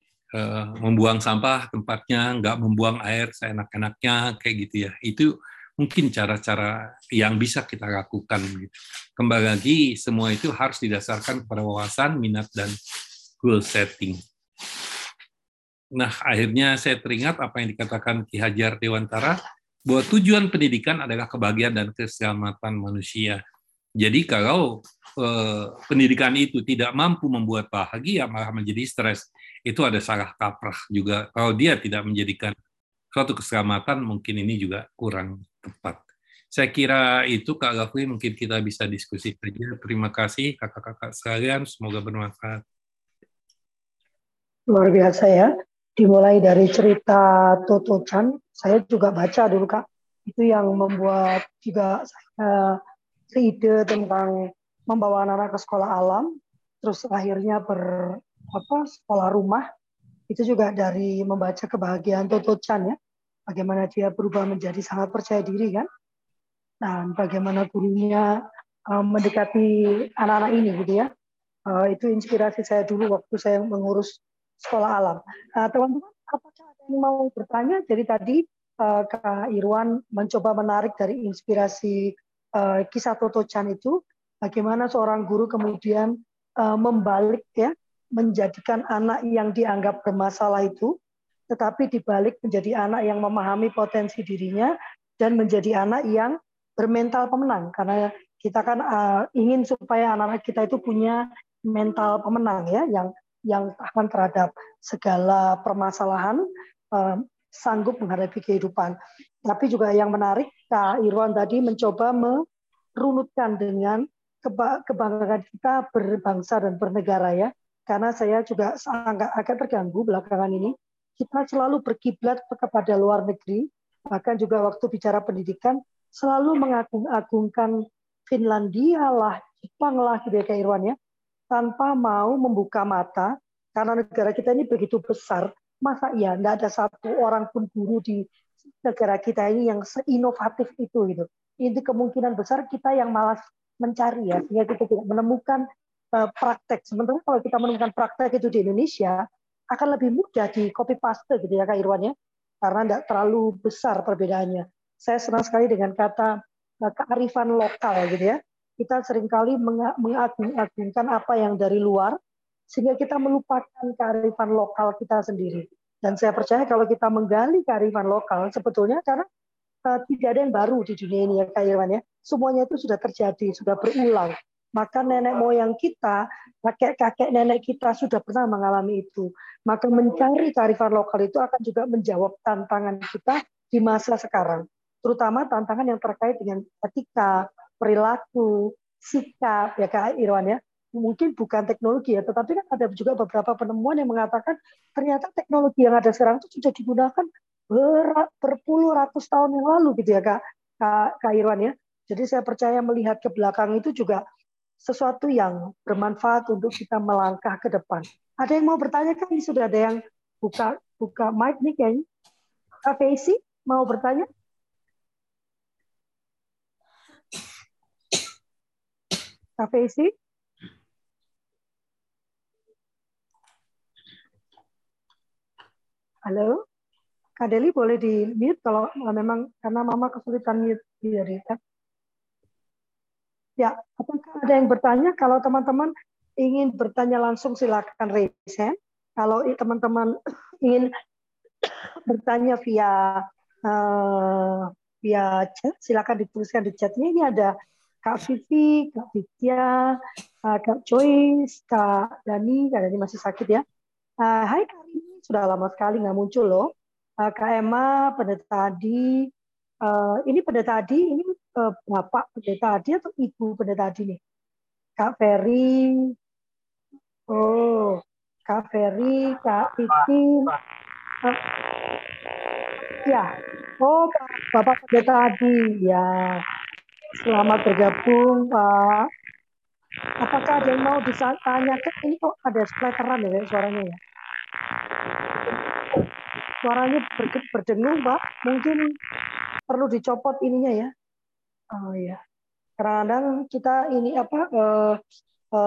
membuang sampah tempatnya, nggak membuang air seenak-enaknya kayak gitu ya, itu mungkin cara-cara yang bisa kita lakukan. Gitu. Kembali lagi, semua itu harus didasarkan kepada wawasan, minat, dan goal setting. Nah, akhirnya saya teringat apa yang dikatakan Ki Hajar Dewantara, bahwa tujuan pendidikan adalah kebahagiaan dan keselamatan manusia. Jadi kalau pendidikan itu tidak mampu membuat bahagia, malah menjadi stres, itu ada salah kaprah juga. Kalau dia tidak menjadikan suatu keselamatan, mungkin ini juga kurang tepat. Saya kira itu, Kak Gafri, mungkin kita bisa diskusi saja. Terima kasih, kakak-kakak sekalian. Semoga bermanfaat. Luar biasa ya. Dimulai dari cerita Toto Chan, saya juga baca dulu Kak. Itu yang membuat juga saya ide tentang membawa anak-anak ke sekolah alam, terus akhirnya sekolah rumah. Itu juga dari membaca kebahagiaan Toto Chan ya. Bagaimana dia berubah menjadi sangat percaya diri kan. Dan bagaimana gurunya mendekati anak-anak ini gitu ya. Itu inspirasi saya dulu waktu saya mengurus sekolah alam. Teman-teman, apakah ada yang mau bertanya? Jadi tadi Kak Irwan mencoba menarik dari inspirasi kisah Toto Chan itu, bagaimana seorang guru kemudian membalik ya, menjadikan anak yang dianggap bermasalah itu, tetapi dibalik menjadi anak yang memahami potensi dirinya dan menjadi anak yang bermental pemenang. Karena kita kan ingin supaya anak-anak kita itu punya mental pemenang ya, yang tahan terhadap segala permasalahan, sanggup menghadapi kehidupan. Tapi juga yang menarik, Kak Irwan tadi mencoba merunutkan dengan kebanggaan kita berbangsa dan bernegara ya. Karena saya juga agak terganggu belakangan ini. Kita selalu berkiblat kepada luar negeri, bahkan juga waktu bicara pendidikan selalu mengagung-agungkan Finlandia lah, Jepang lah, gitu ya Kak Irwan ya, tanpa mau membuka mata, karena negara kita ini begitu besar, masa iya nggak ada satu orang pun guru di negara kita ini yang seinovatif itu gitu. Ini kemungkinan besar kita yang malas mencari ya, sehingga kita tidak menemukan praktek. Sementara kalau kita menemukan praktek itu di Indonesia, akan lebih mudah di copy paste gitu ya Kak Irwan ya, karena nggak terlalu besar perbedaannya. Saya senang sekali dengan kata kearifan lokal gitu ya. Kita seringkali mengagung-agungkan apa yang dari luar, sehingga kita melupakan kearifan lokal kita sendiri. Dan saya percaya kalau kita menggali kearifan lokal, sebetulnya karena tidak ada yang baru di dunia ini ya Kak Irwan ya. Semuanya itu sudah terjadi, sudah berulang. Maka nenek moyang kita, kakek-kakek nenek kita sudah pernah mengalami itu. Maka mencari kearifan lokal itu akan juga menjawab tantangan kita di masa sekarang. Terutama tantangan yang terkait dengan etika, perilaku, sikap, ya Kak Irwan ya. Mungkin bukan teknologi ya, tetapi kan ada juga beberapa penemuan yang mengatakan ternyata teknologi yang ada sekarang itu sudah digunakan berpuluh ratus tahun yang lalu gitu ya Kak Irwan ya. Jadi saya percaya melihat ke belakang itu juga sesuatu yang bermanfaat untuk kita melangkah ke depan. Ada yang mau bertanya kan? Sudah ada yang buka mic nih kayaknya. Kak Faisy mau bertanya? Kak Faisy? Halo? Kak Deli boleh di mute kalau memang karena Mama kesulitan mute diri kan? Ya, apakah ada yang bertanya? Kalau teman-teman ingin bertanya langsung silakan raise hand. Kalau teman-teman ingin bertanya via chat, silakan dituliskan di chatnya. Ini ada Kak Vivi, Kak Vidya, Kak Joyce, Kak Dani masih sakit ya. Hai Kak Rini, sudah lama sekali nggak muncul loh. Kak Emma, Pendeta Adi, ini Pendeta Adi, ini Bapak Pendeta Adi atau Ibu Pendeta Adi nih? Kak Ferry, Kak Ferry, Kak Vivi, ya, Bapak Pendeta Adi, ya, selamat bergabung Pak. Apakah ada yang mau ditanyakan? Ini kok ada splateran ya suaranya ya? Suaranya berdengung Pak, mungkin perlu dicopot ininya ya. Oh ya, kadang kita ini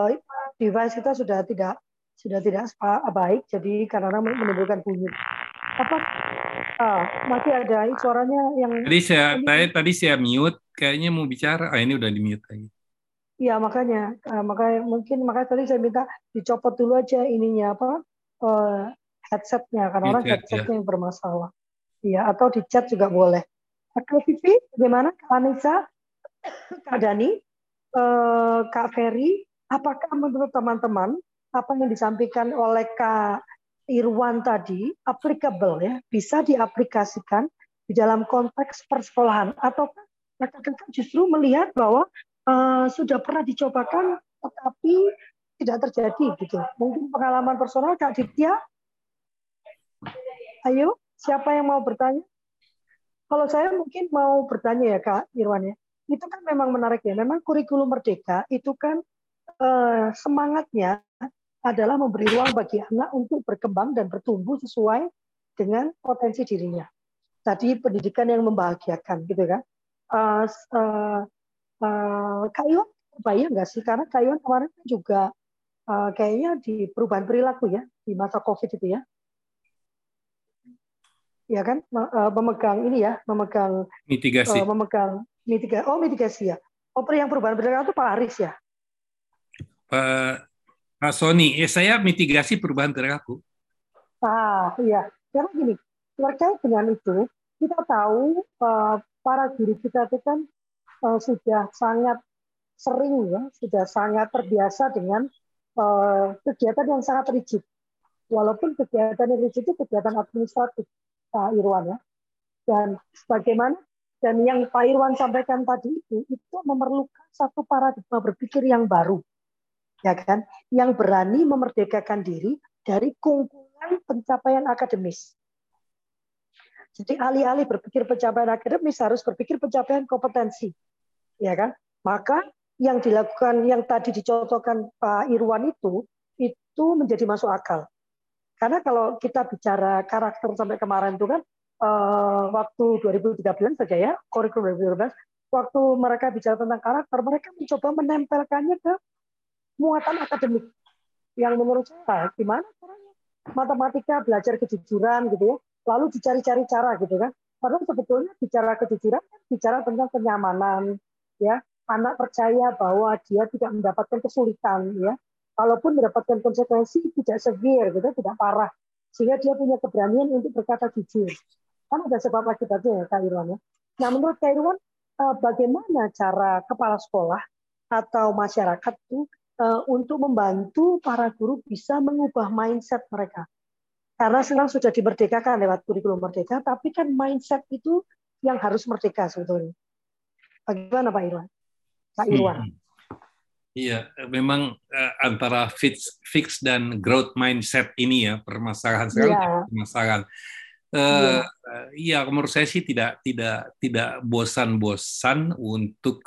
device kita sudah tidak baik, jadi kadang-kadang menimbulkan bunyi. Apa? Masih ada suaranya yang Tadi saya mute, kayaknya mau bicara. Ini udah di mute lagi. ya makanya makanya tadi saya minta dicopot dulu aja ininya headsetnya karena orang headsetnya yang bermasalah. Iya, atau di chat juga boleh. Kak Vivi, bagaimana? Kak Anissa, Kak Dani, Kak Ferry, apakah menurut teman-teman apa yang disampaikan oleh Kak Irwan tadi applicable ya, bisa diaplikasikan di dalam konteks persekolahan, atau kakak-kakak justru melihat bahwa sudah pernah dicobakan tetapi tidak terjadi gitu. Mungkin pengalaman personal Kak Ditya. Ayo, siapa yang mau bertanya? Kalau saya mungkin mau bertanya ya Kak Irwan ya. Itu kan memang menarik ya. Memang kurikulum Merdeka itu kan semangatnya adalah memberi ruang bagi anak untuk berkembang dan bertumbuh sesuai dengan potensi dirinya. Tadi pendidikan yang membahagiakan gitu kan. Kak Iwan bayang nggak sih? Karena Kak Iwan kemarin juga kayaknya di perubahan perilaku ya di masa COVID itu ya. Ya kan, memegang mitigasi. Mitigasi ya. Yang perubahan perilaku itu Pak Aris ya. Pak Sony, saya mitigasi perubahan perilaku. Iya. Karena gini, terkait dengan itu, kita tahu para guru kita itu kan sudah sangat sering ya, sudah sangat terbiasa dengan kegiatan yang sangat rigid. Walaupun kegiatan yang rigid itu kegiatan administratif, Pak Irwan ya. Dan sebagaimana dan yang Pak Irwan sampaikan tadi itu memerlukan satu paradigma berpikir yang baru, ya kan, yang berani memerdekakan diri dari kungkungan pencapaian akademis. Jadi alih-alih berpikir pencapaian akademis harus berpikir pencapaian kompetensi, ya kan? Maka yang dilakukan, yang tadi dicontohkan Pak Irwan itu menjadi masuk akal. Karena kalau kita bicara karakter sampai kemarin itu kan waktu 2013 saja ya, kurikulum 2013, waktu mereka bicara tentang karakter, mereka mencoba menempelkannya ke muatan akademik. Yang menurut saya, gimana caranya? Matematika belajar kejujuran gitu ya, lalu dicari-cari cara gitu kan. Padahal sebetulnya bicara kejujuran, bicara tentang kenyamanan, ya. Anak percaya bahwa dia tidak mendapatkan kesulitan, ya. Kalaupun mendapatkan konsekuensi tidak severe, gitu, tidak parah, sehingga dia punya keberanian untuk berkata jujur. Kan ada sebab akibatnya ya, Kak Irwan. Ya. Nah, menurut Kak Irwan, bagaimana cara kepala sekolah atau masyarakat itu untuk membantu para guru bisa mengubah mindset mereka? Karena sekarang sudah dimerdekakan lewat kurikulum Merdeka, tapi kan mindset itu yang harus merdeka sebetulnya. Bagaimana Pak Irwan? Pak Irwan. Iya, memang antara fix dan growth mindset ini ya permasalahan sekarang. Permasalahan. Iya, menurut saya sih tidak bosan-bosan untuk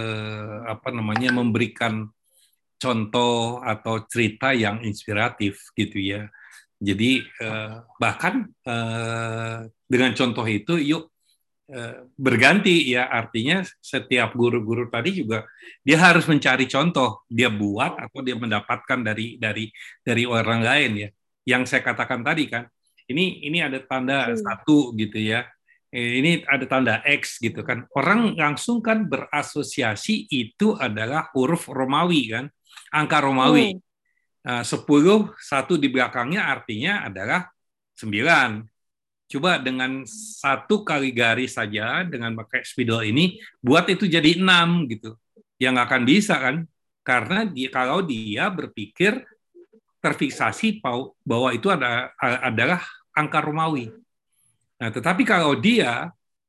memberikan contoh atau cerita yang inspiratif gitu ya. Jadi bahkan dengan contoh itu yuk berganti ya, artinya setiap guru-guru tadi juga dia harus mencari contoh, dia buat atau dia mendapatkan dari orang lain ya. Yang saya katakan tadi kan, ini ada tanda 1 gitu ya, ini ada tanda X gitu kan, orang langsung kan berasosiasi itu adalah huruf Romawi kan, angka Romawi. 10, 1 di belakangnya artinya adalah 9. Coba dengan 1 kali garis saja dengan pakai spidol ini buat itu jadi 6 gitu. Ya nggak akan bisa kan? Karena kalau dia berpikir terfiksasi bahwa itu adalah angka Romawi. Nah, tetapi kalau dia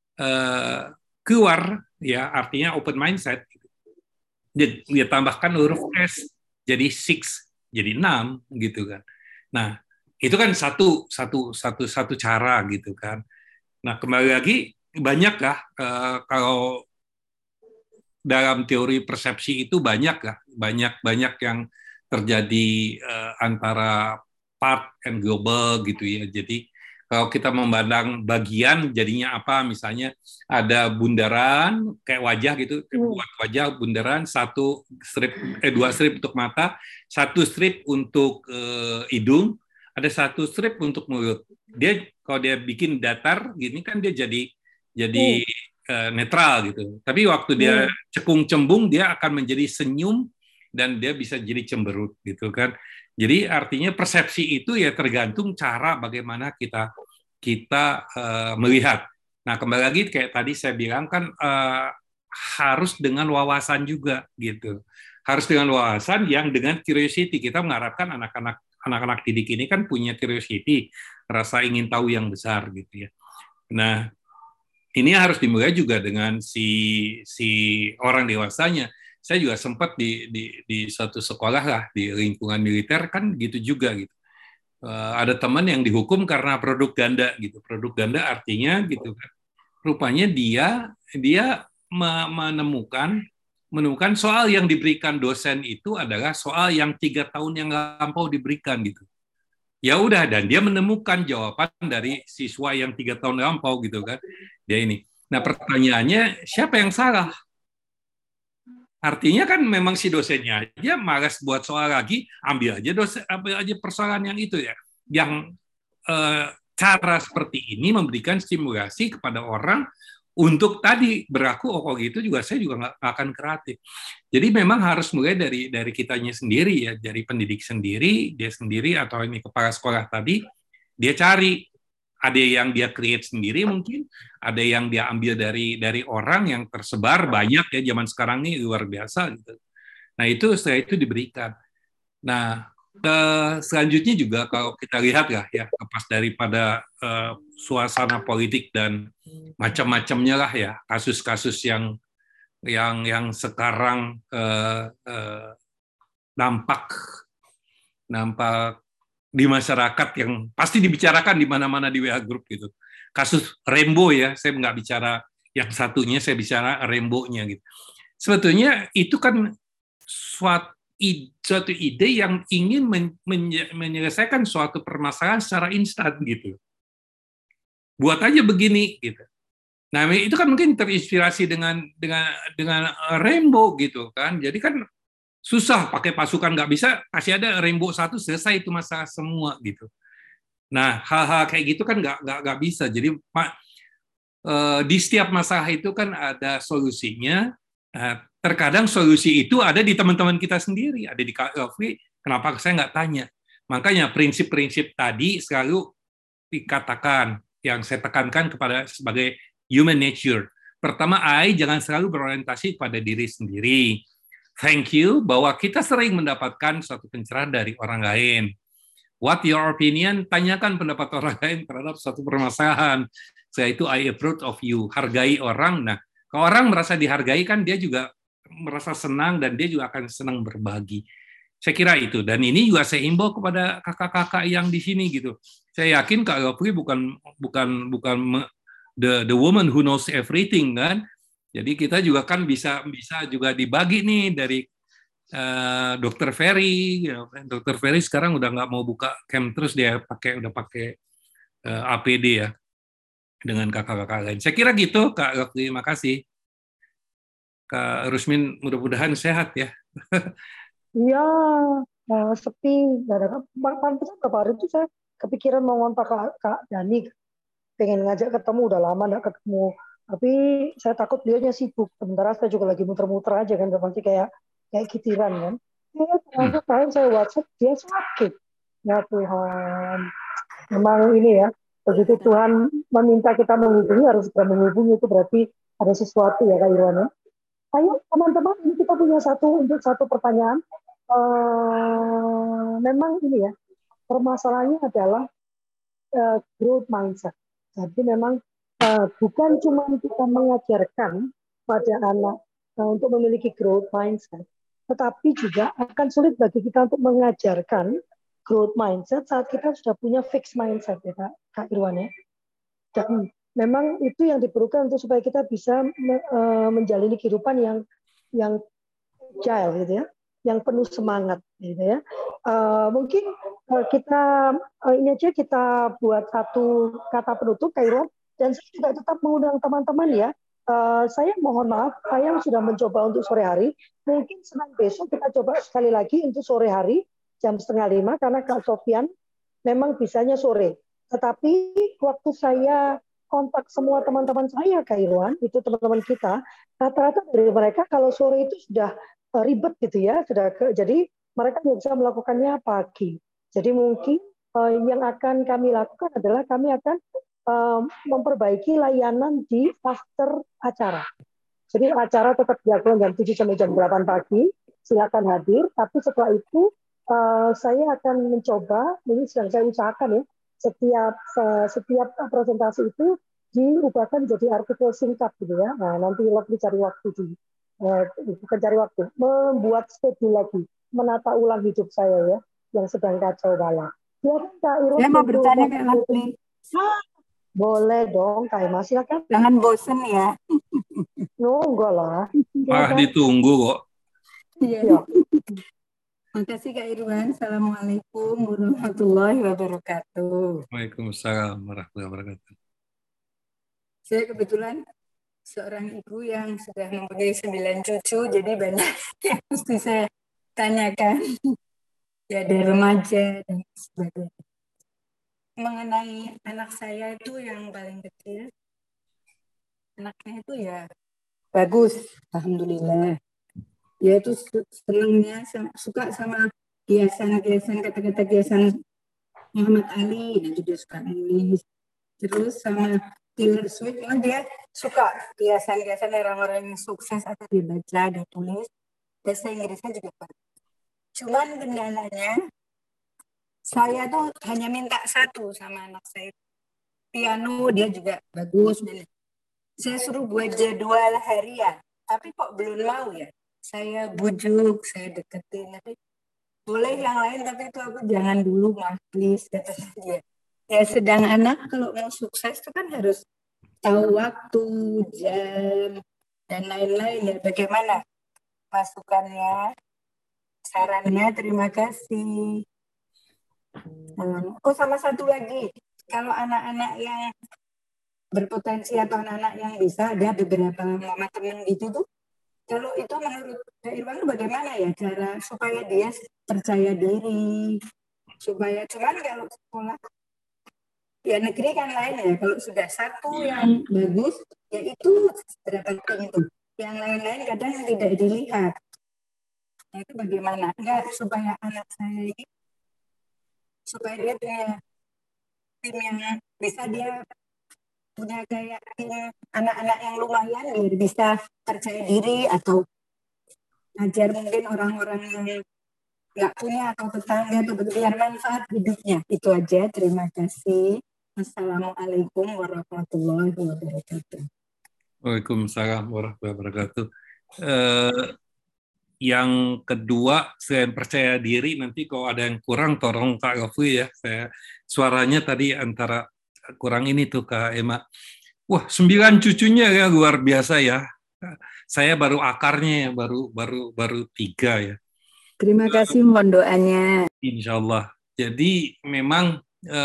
keluar ya artinya open mindset, dia tambahkan huruf S jadi 6 jadi 6 gitu kan. Nah, itu kan satu cara gitu kan. Nah, kembali lagi banyakkah kalau dalam teori persepsi itu banyak yang terjadi antara part and global gitu ya. Jadi kalau kita memandang bagian jadinya apa, misalnya ada bundaran kayak wajah gitu, buat wajah bundaran 2 strip untuk mata, 1 strip untuk hidung, ada satu strip untuk mulut. Dia kalau dia bikin datar gini kan dia jadi netral gitu. Tapi waktu dia cekung cembung dia akan menjadi senyum dan dia bisa jadi cemberut gitu kan. Jadi artinya persepsi itu ya tergantung cara bagaimana kita melihat. Nah, kembali lagi kayak tadi saya bilang kan harus dengan wawasan juga gitu. Harus dengan wawasan yang dengan curiosity. Kita mengharapkan anak-anak didik ini kan punya curiosity, rasa ingin tahu yang besar gitu ya. Nah, ini harus dimulai juga dengan si orang dewasanya. Saya juga sempat di suatu sekolah lah di lingkungan militer kan gitu juga gitu. Ada teman yang dihukum karena produk ganda gitu. Produk ganda artinya gitu kan. Rupanya dia menemukan soal yang diberikan dosen itu adalah soal yang 3 tahun yang lampau diberikan gitu. Ya udah, dan dia menemukan jawaban dari siswa yang 3 tahun lampau gitu kan. Dia ini. Nah, pertanyaannya siapa yang salah? Artinya kan memang si dosennya aja malas buat soal lagi, ambil aja persoalan yang itu ya. Yang cara seperti ini memberikan stimulasi kepada orang untuk tadi berlaku gitu juga saya juga nggak akan kreatif. Jadi memang harus mulai dari kitanya sendiri ya, dari pendidik sendiri, dia sendiri atau ini kepala sekolah tadi, dia cari. Ada yang dia create sendiri mungkin, ada yang dia ambil dari orang yang tersebar banyak ya zaman sekarang ini luar biasa gitu. Nah itu setelah itu diberikan. Nah selanjutnya juga kalau kita lihat ya lepas daripada suasana politik dan macam-macamnya lah ya kasus-kasus yang sekarang nampak di masyarakat yang pasti dibicarakan di mana-mana di WA Group gitu. Kasus Rembo ya, saya nggak bicara yang satunya, saya bicara Rembo-nya gitu. Sebetulnya itu kan suatu ide yang ingin menyelesaikan suatu permasalahan secara instan gitu. Buat aja begini gitu. Nah, itu kan mungkin terinspirasi dengan Rembo gitu kan. Jadi kan susah pakai pasukan nggak bisa, kasih ada Rembo 1 selesai itu masalah semua gitu. Nah, hal-hal kayak gitu kan nggak bisa. Jadi di setiap masalah itu kan ada solusinya. Terkadang solusi itu ada di teman-teman kita sendiri, ada di KLV. Kenapa saya nggak tanya? Makanya prinsip-prinsip tadi selalu dikatakan, yang saya tekankan kepada sebagai human nature. Pertama, jangan selalu berorientasi pada diri sendiri. Thank you bahwa kita sering mendapatkan suatu pencerahan dari orang lain. What your opinion? Tanyakan pendapat orang lain terhadap suatu permasalahan. Saya itu I approve of you. Hargai orang. Nah, kalau orang merasa dihargai kan dia juga merasa senang dan dia juga akan senang berbagi. Saya kira itu. Dan ini juga saya himbau kepada kakak-kakak yang di sini gitu. Saya yakin Kak Gopri bukan the woman who knows everything kan. Jadi kita juga kan bisa juga dibagi nih dari Dokter Ferry. Dokter Ferry sekarang udah nggak mau buka camp terus, dia udah pakai APD ya dengan kakak-kakak lain. Saya kira gitu Kak Gopri, terima kasih. Kak Rusmin mudah-mudahan sehat ya. Iya, sepi. Pantesan beberapa hari itu saya kepikiran mau ngontak Kak Dani, pengen ngajak ketemu, udah lama nggak ketemu. Tapi saya takut dianya sibuk. Sementara saya juga lagi muter-muter aja kan, pasti kayak kitiran kan. Ternyata terakhir saya WhatsApp dia sakit. Ya Tuhan, memang ini ya. Begitu Tuhan meminta kita menghubungi, harus segera menghubungi, itu berarti ada sesuatu ya Kak Irwan ya. Ayo teman-teman, ini kita punya satu pertanyaan. Memang ini ya, permasalahannya adalah growth mindset. Jadi memang bukan cuma kita mengajarkan pada anak untuk memiliki growth mindset, tetapi juga akan sulit bagi kita untuk mengajarkan growth mindset saat kita sudah punya fixed mindset ya Kak Irwan ya. Dan memang itu yang diperlukan untuk supaya kita bisa menjalani kehidupan yang agile gitu ya, yang penuh semangat gitu ya. Mungkin kita ini aja kita buat satu kata penutup Kak Irwan. Dan saya juga tetap mengundang teman-teman ya. Saya mohon maaf, saya sudah mencoba untuk sore hari. Mungkin Senin besok kita coba sekali lagi untuk sore hari jam 4:30 karena Kak Sofian memang bisanya sore. Tetapi waktu saya kontak semua teman-teman saya, Kak Irwan, itu teman-teman kita, rata-rata dari mereka kalau sore itu sudah ribet gitu ya, jadi mereka bisa melakukannya pagi. Jadi mungkin yang akan kami lakukan adalah kami akan memperbaiki layanan di after acara. Jadi acara tetap dilakukan jam 7 sampai jam 8 pagi, silakan hadir. Tapi setelah itu saya akan mencoba, ini sedang saya usahakan ya, setiap presentasi itu diubahkan menjadi artikel singkat gitu ya. Nah, nanti lebih cari waktu bukan cari waktu, membuat schedule lagi, menata ulang hidup saya ya, yang sedang kacau balau. Saya mau bertanya Kak Latli. Boleh dong, Kak Emma, silakan. Jangan bosen ya. Enggak lah. Malah ditunggu kok. Iya. Makasih Kak Irwan. Assalamualaikum warahmatullahi wabarakatuh. Waalaikumsalam warahmatullahi wabarakatuh. Saya kebetulan seorang ibu yang sudah mempunyai 9 cucu, jadi banyak yang mesti saya tanyakan. Ya, dari remaja dan sebagainya. Mengenai anak saya itu yang paling kecil, anaknya itu ya bagus, alhamdulillah. Dia itu senangnya suka sama hiasan-hiasan, kata-kata hiasan Muhammad Ali, dan juga suka nulis. Terus sama Taylor Swift, dia suka hiasan-hiasan orang-orang yang sukses atau dia baca, dia tulis. Bahasa Inggrisnya juga bagus. Cuman kendalanya, saya tuh hanya minta satu sama anak saya. Piano dia juga bagus. Saya suruh buat jadwal harian, tapi kok belum mau ya. Saya bujuk, saya deketin. Tapi boleh yang lain, tapi itu aku jangan dulu, Mas, please, katanya dia. Ya sedang anak kalau mau sukses itu kan harus tahu waktu, jam, dan lain-lain ya. Bagaimana masukannya? Sarannya terima kasih. Sama satu lagi, kalau anak-anak yang berpotensi atau anak-anak yang bisa, ada beberapa mama teman gitu tuh, kalau itu menurut Kak Irwan bagaimana ya cara supaya dia percaya diri, supaya cuman kalau sekolah ya negeri kan lain ya, kalau sudah satu yang bagus ya itu berapa itu, yang lain-lain kadang tidak dilihat. Nah, itu bagaimana? Enggak, supaya anak saya ini, supaya dia punya tim yang bisa dia punya kayak tim anak-anak yang lumayan biar bisa percaya diri atau ajar mungkin orang-orang yang nggak punya atau tetangga atau biar manfaat hidupnya. Itu aja, terima kasih. Assalamualaikum warahmatullahi wabarakatuh. Waalaikumsalam warahmatullahi wabarakatuh. Yang kedua, selain percaya diri, nanti kalau ada yang kurang, tolong Kak Gafri ya. Suaranya tadi antara kurang ini tuh Kak Emma. Wah, 9 cucunya ya, luar biasa ya. Saya baru akarnya ya, baru 3 ya. Terima kasih mohon doanya. Insya Allah. Jadi memang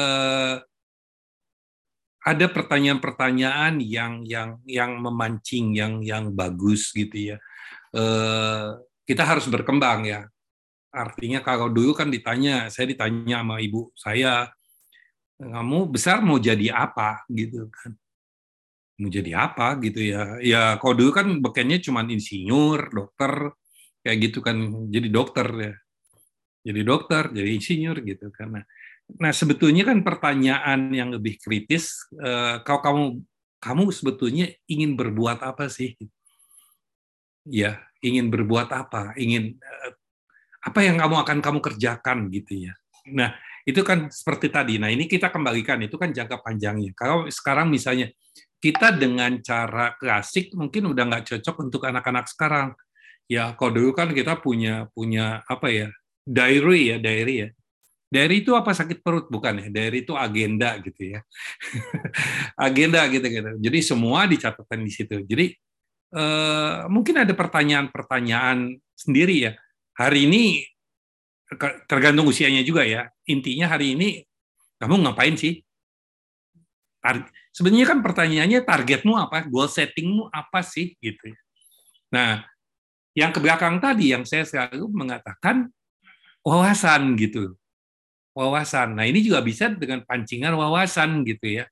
ada pertanyaan-pertanyaan yang memancing, yang bagus gitu ya. Kita harus berkembang ya. Artinya kalau dulu kan saya ditanya sama ibu saya, kamu besar mau jadi apa gitu kan? Mau jadi apa gitu ya? Ya kalau dulu kan bekennya cuma insinyur, dokter, kayak gitu kan. Jadi dokter ya. Jadi dokter, jadi insinyur gitu kan. Nah sebetulnya kan pertanyaan yang lebih kritis, kalau kamu sebetulnya ingin berbuat apa sih? Ya, ingin berbuat apa? Apa yang kamu kerjakan gitu ya. Nah, itu kan seperti tadi. Nah, ini kita kembalikan, itu kan jangka panjangnya. Kalau sekarang misalnya kita dengan cara klasik mungkin udah nggak cocok untuk anak-anak sekarang. Ya, kalau dulu kan kita punya apa ya? Diary ya. Diary itu apa, sakit perut bukan ya? Diary itu agenda gitu ya. Agenda gitu. Jadi semua dicatatkan di situ. Jadi mungkin ada pertanyaan-pertanyaan sendiri ya. Hari ini tergantung usianya juga ya. Intinya hari ini kamu ngapain sih? Sebenarnya kan pertanyaannya targetmu apa? Goal settingmu apa sih gitu. Nah, yang ke belakang tadi yang saya selalu mengatakan wawasan gitu. wawasan. Nah, ini juga bisa dengan pancingan wawasan gitu ya.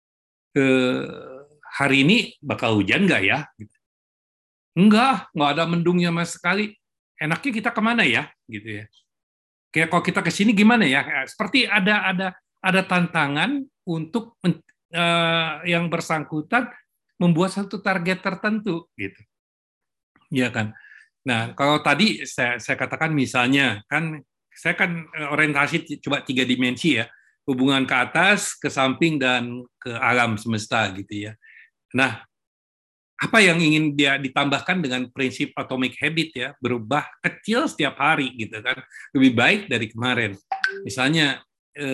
Hari ini bakal hujan nggak ya? Nggak ada mendungnya sama sekali. Enaknya kita kemana ya? Gitu ya. Kayak kalau kita ke sini gimana ya? Seperti ada tantangan untuk yang bersangkutan membuat satu target tertentu gitu. Ya kan. Nah, kalau tadi saya katakan misalnya kan saya kan orientasi coba 3 dimensi ya. Hubungan ke atas, ke samping dan ke alam semesta gitu ya. Nah, apa yang ingin dia ditambahkan dengan prinsip atomic habit ya, berubah kecil setiap hari gitu kan, lebih baik dari kemarin. Misalnya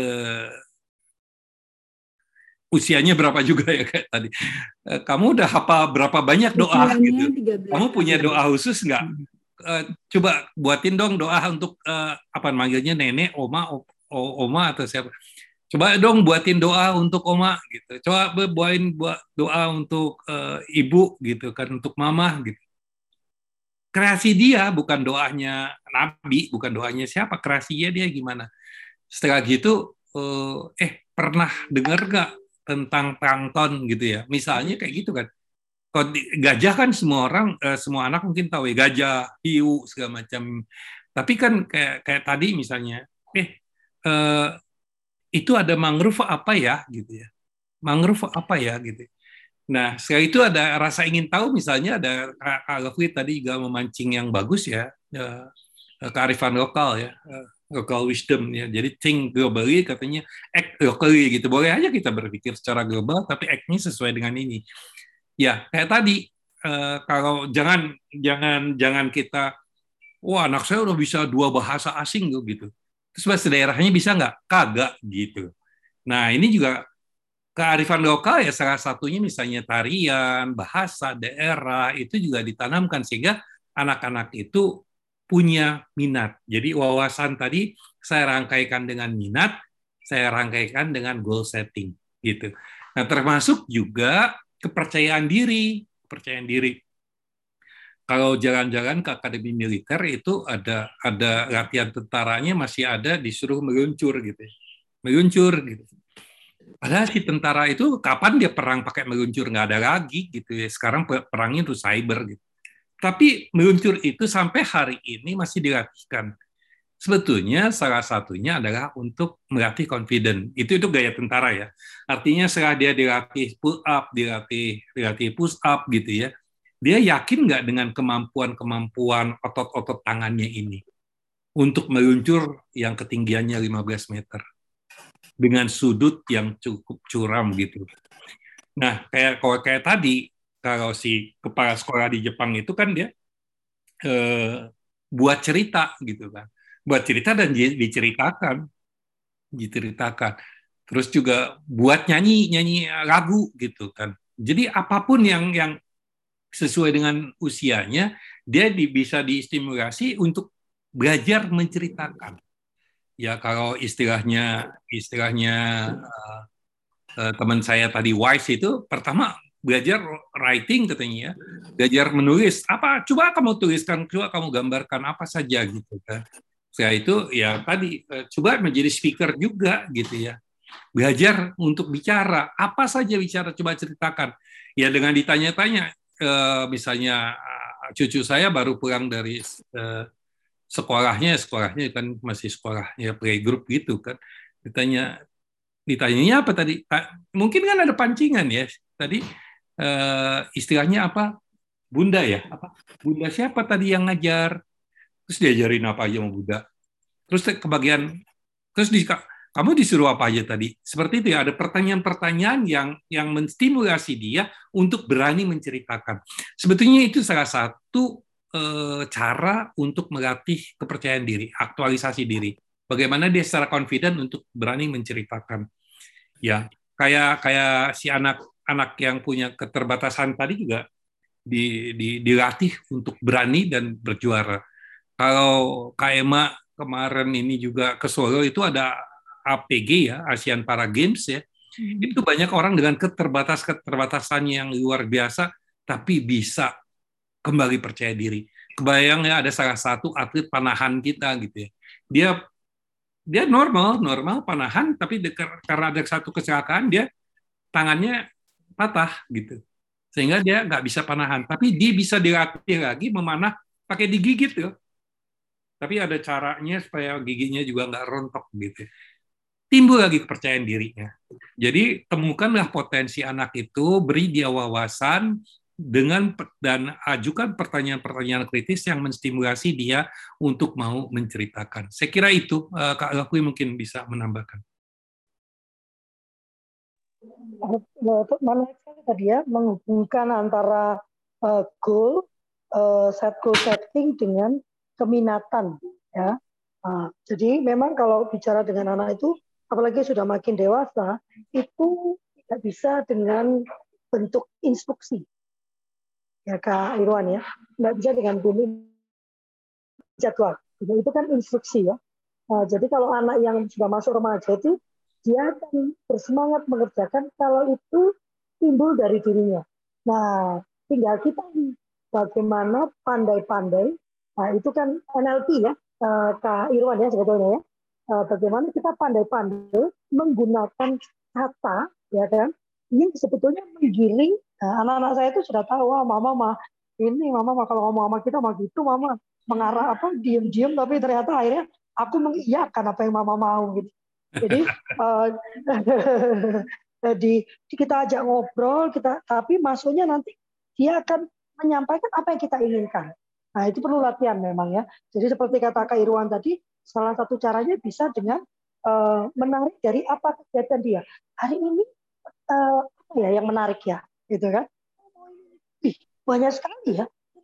usianya berapa juga ya kayak tadi. Kamu udah hafal berapa banyak doa gitu? Kamu punya doa khusus nggak? Coba buatin dong doa untuk apa manggilnya nenek, oma atau siapa? Coba dong buatin doa untuk oma gitu. Coba buat doa untuk ibu gitu kan, untuk mama gitu. Kreasi dia bukan doanya nabi, bukan doanya siapa, kreasinya dia gimana. Setelah gitu pernah dengar nggak tentang plankton gitu ya? Misalnya kayak gitu kan. Kalau gajah kan semua orang, semua anak mungkin tahu ya, gajah, hiu segala macam. Tapi kan kayak tadi misalnya, itu ada mangrove apa ya gitu ya, mangrove apa ya gitu. Nah setelah itu ada rasa ingin tahu, misalnya ada Kak Lofwi tadi juga memancing yang bagus ya, kearifan lokal ya, local wisdom ya. Jadi think globally katanya, act locally gitu. Boleh aja kita berpikir secara global tapi act-nya sesuai dengan ini. Ya kayak tadi, kalau jangan kita, wah anak saya udah bisa 2 bahasa asing gitu. Terus bahasa daerahnya bisa nggak? Kagak gitu. Nah ini juga kearifan lokal ya, salah satunya misalnya tarian, bahasa daerah itu juga ditanamkan sehingga anak-anak itu punya minat. Jadi wawasan tadi saya rangkaikan dengan minat, saya rangkaikan dengan goal setting gitu. Nah termasuk juga kepercayaan diri. Kalau jalan-jalan ke akademi militer itu ada latihan tentaranya, masih ada disuruh meluncur gitu. Meluncur gitu. Padahal si tentara itu kapan dia perang pakai meluncur, nggak ada lagi gitu ya. Sekarang perangnya itu cyber gitu. Tapi meluncur itu sampai hari ini masih dilatihkan. Sebetulnya salah satunya adalah untuk melatih confidence. Itu gaya tentara ya. Artinya setelah dia dilatih pull up, dilatih push up gitu ya. Dia yakin nggak dengan kemampuan otot-otot tangannya ini untuk meluncur yang ketinggiannya 15 meter dengan sudut yang cukup curam gitu. Nah, kayak tadi, kalau si kepala sekolah di Jepang itu kan dia buat cerita gitu kan. Buat cerita dan diceritakan. Terus juga buat nyanyi lagu gitu kan. Jadi apapun yang sesuai dengan usianya, dia bisa distimulasi untuk belajar menceritakan. Ya kalau istilahnya teman saya tadi Wise itu pertama belajar writing katanya ya, belajar menulis. Coba kamu tuliskan, coba kamu gambarkan apa saja gitu kan. Setelah itu ya tadi coba menjadi speaker juga gitu ya. Belajar untuk bicara, apa saja bicara, coba ceritakan. Ya dengan ditanya-tanya, misalnya cucu saya baru pulang dari sekolahnya kan masih sekolahnya playgroup gitu kan, ditanyanya apa tadi, mungkin kan ada pancingan ya tadi, istilahnya apa, bunda ya, bunda siapa tadi yang ngajar, terus diajarin apa aja sama bunda, terus terus kamu disuruh apa aja tadi? Seperti itu ya, ada pertanyaan-pertanyaan yang menstimulasi dia untuk berani menceritakan. Sebetulnya itu salah satu cara untuk melatih kepercayaan diri, aktualisasi diri. Bagaimana dia secara confident untuk berani menceritakan. Ya, kayak si anak yang punya keterbatasan tadi juga dilatih untuk berani dan berjuara. Kalau Kak Emma kemarin ini juga ke Solo itu ada APG ya, Asian Para Games ya. Itu banyak orang dengan keterbatasan yang luar biasa tapi bisa kembali percaya diri. Kebayang ya, ada salah satu atlet panahan kita gitu ya. Dia dia normal panahan, tapi karena ada satu kecelakaan dia tangannya patah gitu, sehingga dia nggak bisa panahan. Tapi dia bisa dilatih lagi memanah pakai digigit ya. Tapi ada caranya supaya giginya juga nggak rontok gitu. Timbul lagi kepercayaan dirinya. Jadi temukanlah potensi anak itu, beri dia wawasan dan ajukan pertanyaan-pertanyaan kritis yang menstimulasi dia untuk mau menceritakan. Saya kira itu Kak Lakui mungkin bisa menambahkan. Menarik sekali tadi ya, menghubungkan antara goal setting dengan keminatan ya. Jadi memang kalau bicara dengan anak itu, apalagi sudah makin dewasa, itu tidak bisa dengan bentuk instruksi ya Kak Irwan ya, tidak bisa dengan bunyi jadwal. Itu kan instruksi ya. Jadi kalau anak yang sudah masuk remaja itu, dia akan bersemangat mengerjakan kalau itu timbul dari dirinya. Nah, tinggal kita bagaimana pandai-pandai. Nah, itu kan NLP ya, Kak Irwan ya sebetulnya ya. Bagaimana kita pandai-pandai menggunakan kata, ya kan, ini sebetulnya menggiring. Anak-anak saya itu sudah tahu, wah mama kalau ngomong sama kita mah gitu, mama mengarah diam-diam, tapi ternyata akhirnya aku mengiyakan apa yang mama mau gitu. Jadi kita ajak ngobrol, tapi masuknya nanti dia akan menyampaikan apa yang kita inginkan. Nah, itu perlu latihan memang ya. Jadi seperti kata Kak Irwan tadi, salah satu caranya bisa dengan menarik dari apa kegiatan dia. Hari ini apa ya yang menarik ya, gitu kan? Banyak sekali ya.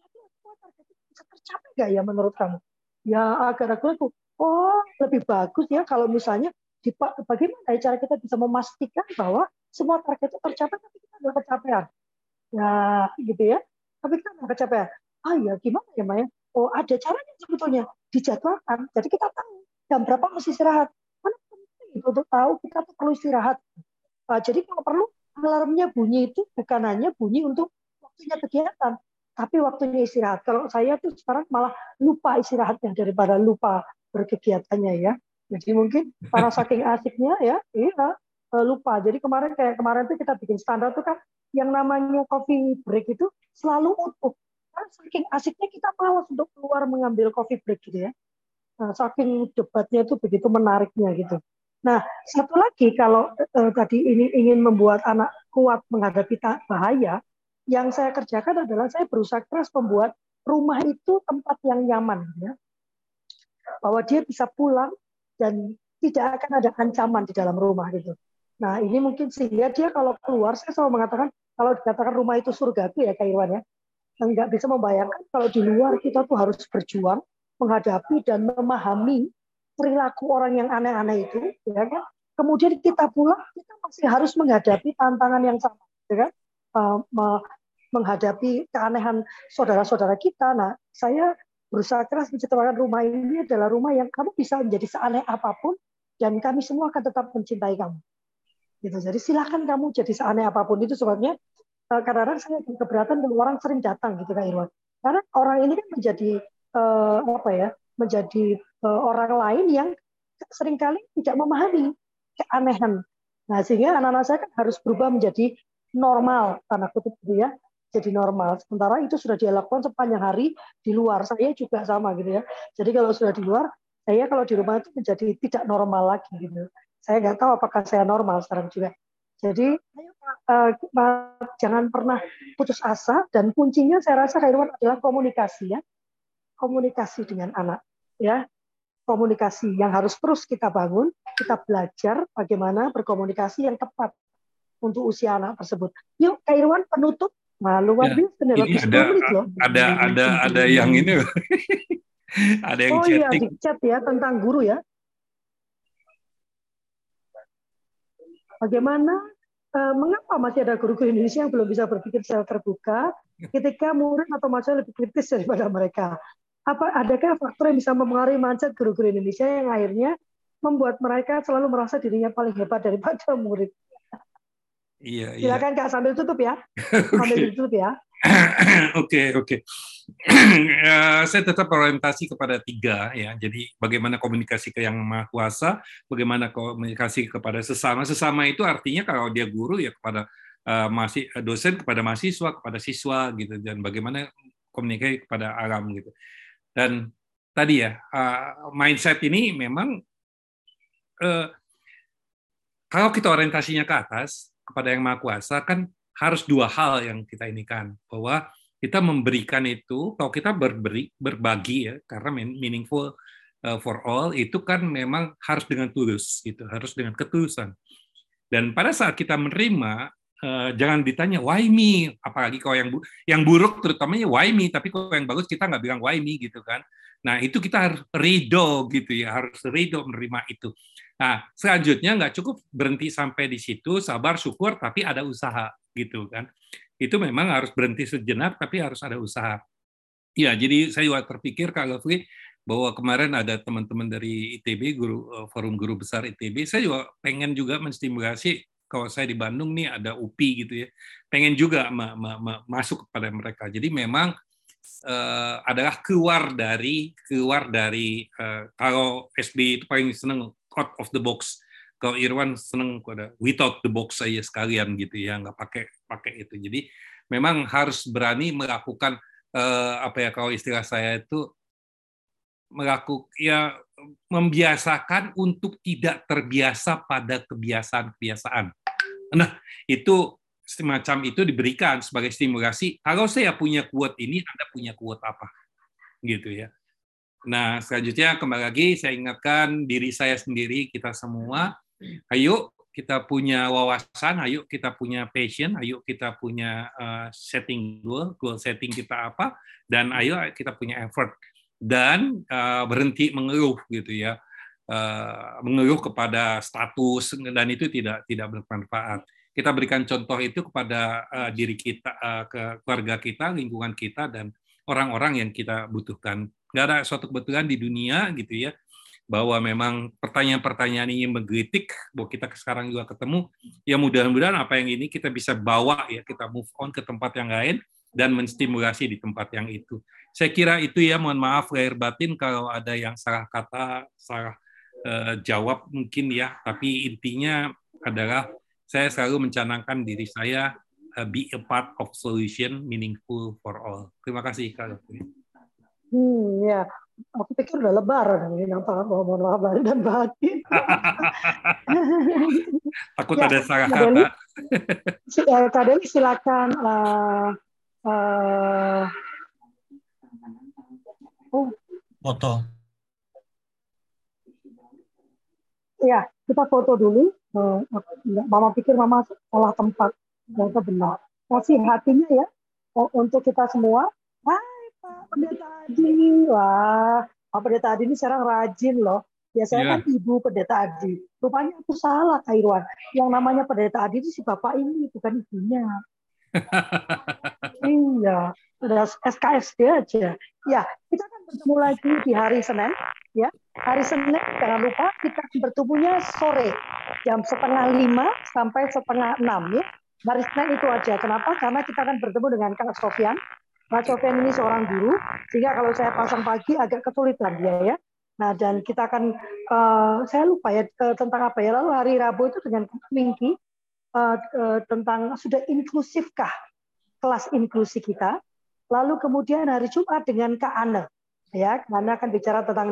Bisa tercapai nggak ya menurut kamu? Ya agak ragu. Oh, lebih bagus ya kalau misalnya bagaimana cara kita bisa memastikan bahwa semua target itu tercapai tapi kita ada kecapean. Ya, gitu ya. Tapi kita ada kecapean. Ya gimana ya Maya? Oh, ada caranya sebetulnya dijadwalkan. Jadi kita tahu jam berapa mesti istirahat. Karena penting untuk tahu kita tuh perlu istirahat. Jadi kalau perlu alarmnya bunyi itu bukan hanya bunyi untuk waktunya kegiatan, tapi waktunya istirahat. Kalau saya tuh sekarang malah lupa istirahatnya daripada lupa berkegiatannya ya. Jadi mungkin karena saking asiknya ya, lupa. Jadi kemarin tuh kita bikin standar tuh kan yang namanya coffee break itu selalu utuh. Karena saking asiknya kita malas untuk keluar mengambil coffee break gitu ya. Nah, saking debatnya itu begitu menariknya gitu. Nah, satu lagi kalau tadi ini ingin membuat anak kuat menghadapi bahaya, yang saya kerjakan adalah saya berusaha keras membuat rumah itu tempat yang nyaman ya. Bahwa dia bisa pulang dan tidak akan ada ancaman di dalam rumah gitu. Nah, ini mungkin sehingga dia kalau keluar, saya selalu mengatakan kalau dikatakan rumah itu surgaku ya Kak Irwan ya. Nggak bisa membayangkan kalau di luar kita tuh harus berjuang menghadapi dan memahami perilaku orang yang aneh-aneh itu, ya kan? Kemudian kita pulang, kita masih harus menghadapi tantangan yang sama, ya kan? Menghadapi keanehan saudara-saudara kita. Nah, saya berusaha keras menciptakan rumah ini adalah rumah yang kamu bisa menjadi seaneh apapun dan kami semua akan tetap mencintai kamu. Gitu. Jadi silakan kamu jadi seaneh apapun. Itu sebabnya kadang-kadang saya keberatan kalau orang sering datang gitu Kak Irwan. Karena orang ini kan menjadi orang lain yang seringkali tidak memahami keanehan. Nah, sehingga anak-anak saya kan harus berubah menjadi normal, tanda kutip gitu ya. Jadi normal. Sementara itu sudah dia lakukan sepanjang hari di luar. Saya juga sama gitu ya. Jadi kalau sudah di luar, saya kalau di rumah itu menjadi tidak normal lagi gitu. Saya nggak tahu apakah saya normal sekarang juga. Jadi jangan pernah putus asa dan kuncinya saya rasa Kak Irwan adalah komunikasi ya. Komunikasi dengan anak ya. Komunikasi yang harus terus kita bangun, kita belajar bagaimana berkomunikasi yang tepat untuk usia anak tersebut. Yuk Kak Irwan penutup. Nah, luar biasa nih, ini ada yang ini ada yang chatting. Iya, di chat ya tentang guru ya. Bagaimana mengapa masih ada guru-guru Indonesia yang belum bisa berpikir secara terbuka ketika murid atau mahasiswa lebih kritis daripada mereka? Adakah faktor yang bisa mempengaruhi mindset guru-guru Indonesia yang akhirnya membuat mereka selalu merasa dirinya paling hebat daripada murid? Iya. Silakan Kak sambil tutup ya. Sambil tutup ya. Oke. Saya tetap orientasi kepada 3 ya. Jadi bagaimana komunikasi ke Yang Maha Kuasa, bagaimana komunikasi kepada sesama. Sesama itu artinya kalau dia guru ya kepada dosen, kepada mahasiswa, kepada siswa gitu, dan bagaimana komunikasi kepada alam gitu. Dan tadi ya mindset ini memang kalau kita orientasinya ke atas kepada Yang Maha Kuasa kan harus 2 hal yang kita inikan, bahwa kita memberikan itu, kalau kita berbagi ya, karena meaningful for all itu kan memang harus dengan tulus gitu, harus dengan ketulusan. Dan pada saat kita menerima, jangan ditanya why me, apalagi kalau yang buruk terutamanya why me, tapi kalau yang bagus kita nggak bilang why me gitu kan. Nah itu kita harus ridho gitu ya, harus ridho menerima itu. Nah selanjutnya nggak cukup berhenti sampai di situ, sabar syukur, tapi ada usaha gitu kan. Itu memang harus berhenti sejenak, tapi harus ada usaha. Ya, jadi saya juga terpikir, Kak Lovely, bahwa kemarin ada teman-teman dari ITB, Forum Guru Besar ITB, saya juga pengen juga menstimulasi, kalau saya di Bandung nih ada UPI gitu ya, pengen juga masuk kepada mereka. Jadi memang adalah keluar dari kalau SBY itu paling seneng out of the box. Kalau Irwan seneng pada without the box aja sekalian gitu ya, nggak pakai itu. Jadi memang harus berani melakukan kalau istilah saya itu membiasakan untuk tidak terbiasa pada kebiasaan-kebiasaan. Nah itu semacam itu diberikan sebagai stimulasi. Kalau saya punya quote ini, Anda punya quote apa? Gitu ya. Nah selanjutnya kembali lagi saya ingatkan diri saya sendiri, kita semua. Ayo kita punya wawasan, ayo kita punya passion, ayo kita punya setting goal setting kita apa, dan ayo kita punya effort. Dan berhenti mengeluh gitu ya, mengeluh kepada status, dan itu tidak bermanfaat. Kita berikan contoh itu kepada diri kita, ke keluarga kita, lingkungan kita, dan orang-orang yang kita butuhkan. Nggak ada suatu kebetulan di dunia gitu ya, bahwa memang pertanyaan-pertanyaan ini menggelitik, bahwa kita sekarang juga ketemu, ya mudah-mudahan apa yang ini kita bisa bawa ya, kita move on ke tempat yang lain dan menstimulasi di tempat yang itu. Saya kira itu ya, mohon maaf lahir batin kalau ada yang salah kata, salah jawab mungkin ya, tapi intinya adalah saya selalu mencanangkan diri saya be a part of solution meaningful for all. Terima kasih Kak Lovely. Ya. Aku pikir udah lebaran ini, nampak mohon maaf lahir dan batin. Takut ada salah kata. Kak Deli silakan. Foto. Ya, kita foto dulu. Mama pikir Mama salah tempat. Ternyata benar. Kasih hatinya ya untuk kita semua. Hai Pak Pendeta Adi. Wah, Pak Pendeta Adi ini sekarang rajin loh. Biasanya kan Ibu Pendeta Adi. Rupanya aku salah, Kak Irwan. Yang namanya Pendeta Adi itu si Bapak ini, bukan ibunya. Iya, udah SKSD aja. Ya, kita akan bertemu lagi di hari Senin. Ya, hari Senin jangan lupa kita akan bertemunya sore jam 4:30 sampai 5:30 ya. Hari Senin itu aja. Kenapa? Karena kita akan bertemu dengan Kak Sofyan. Kak Sofyan ini seorang guru, sehingga kalau saya pasang pagi agak kesulitan dia ya. Nah, dan kita akan, saya lupa ya tentang apa ya. Lalu hari Rabu itu dengan Mingki tentang sudah inklusifkah kelas inklusi kita. Lalu kemudian hari Jumat dengan Kak Ane. Ya, Kak Ane akan bicara tentang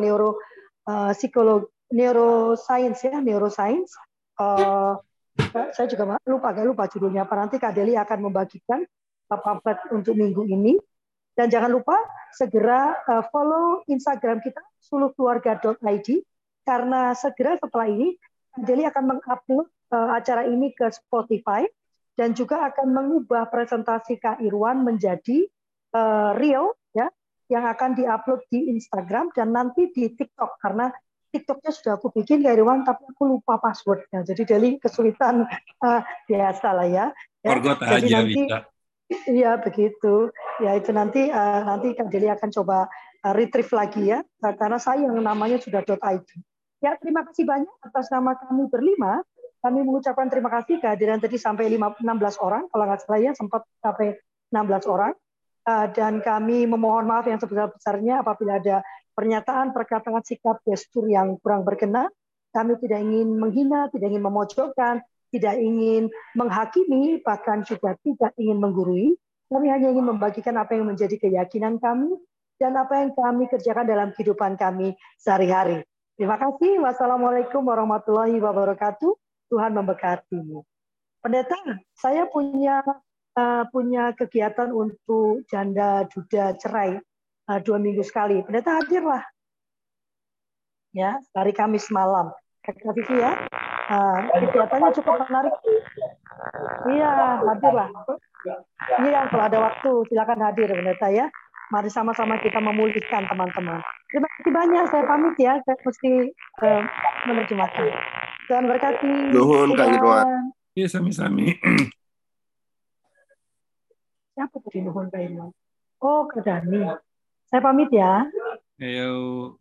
neuroscience ya, neuroscience. Saya juga agak lupa judulnya apa. Nanti Kak Deli akan membagikan pamflet untuk minggu ini. Dan jangan lupa segera follow Instagram kita suluhkeluarga.id, karena segera setelah ini Kak Deli akan mengupload acara ini ke Spotify dan juga akan mengubah presentasi Kak Irwan menjadi reel ya, yang akan diupload di Instagram dan nanti di TikTok, karena TikToknya sudah aku bikin Kak Irwan tapi aku lupa passwordnya, jadi Deli kesulitan biasa lah ya. Jadi aja nanti bisa. Iya begitu. Ya itu nanti Kak Deli akan coba retrieve lagi ya, karena saya yang namanya sudah .id. Ya, terima kasih banyak atas nama kami berlima. Kami mengucapkan terima kasih kehadiran tadi sampai 16 orang, kalau nggak salah ya sempat sampai 16 orang. dan kami memohon maaf yang sebesar-besarnya apabila ada pernyataan, perkataan, sikap, gestur yang kurang berkenan. Kami tidak ingin menghina, tidak ingin memojokkan, tidak ingin menghakimi, bahkan juga tidak ingin menggurui. Kami hanya ingin membagikan apa yang menjadi keyakinan kami dan apa yang kami kerjakan dalam kehidupan kami sehari-hari. Terima kasih. Wassalamualaikum warahmatullahi wabarakatuh. Tuhan memberkati. Pendeta, saya punya kegiatan untuk janda duda cerai 2 minggu sekali. Pendeta hadirlah. Ya, hari Kamis malam. Kak Vivi ya. Kegiatannya cukup menarik. Iya, hadirlah. Iya, kalau ada waktu silakan hadir pendeta ya. Mari sama-sama kita memulihkan teman-teman. Terima kasih banyak. Saya pamit ya. Saya mesti menerjemahkan. Tuhan berkati. Nuhun Kang Irwan. Iya, sami-sami. Siapa tadi nuhun Kak Irwan? Oh, Kak Dani. Saya pamit ya. Ayo.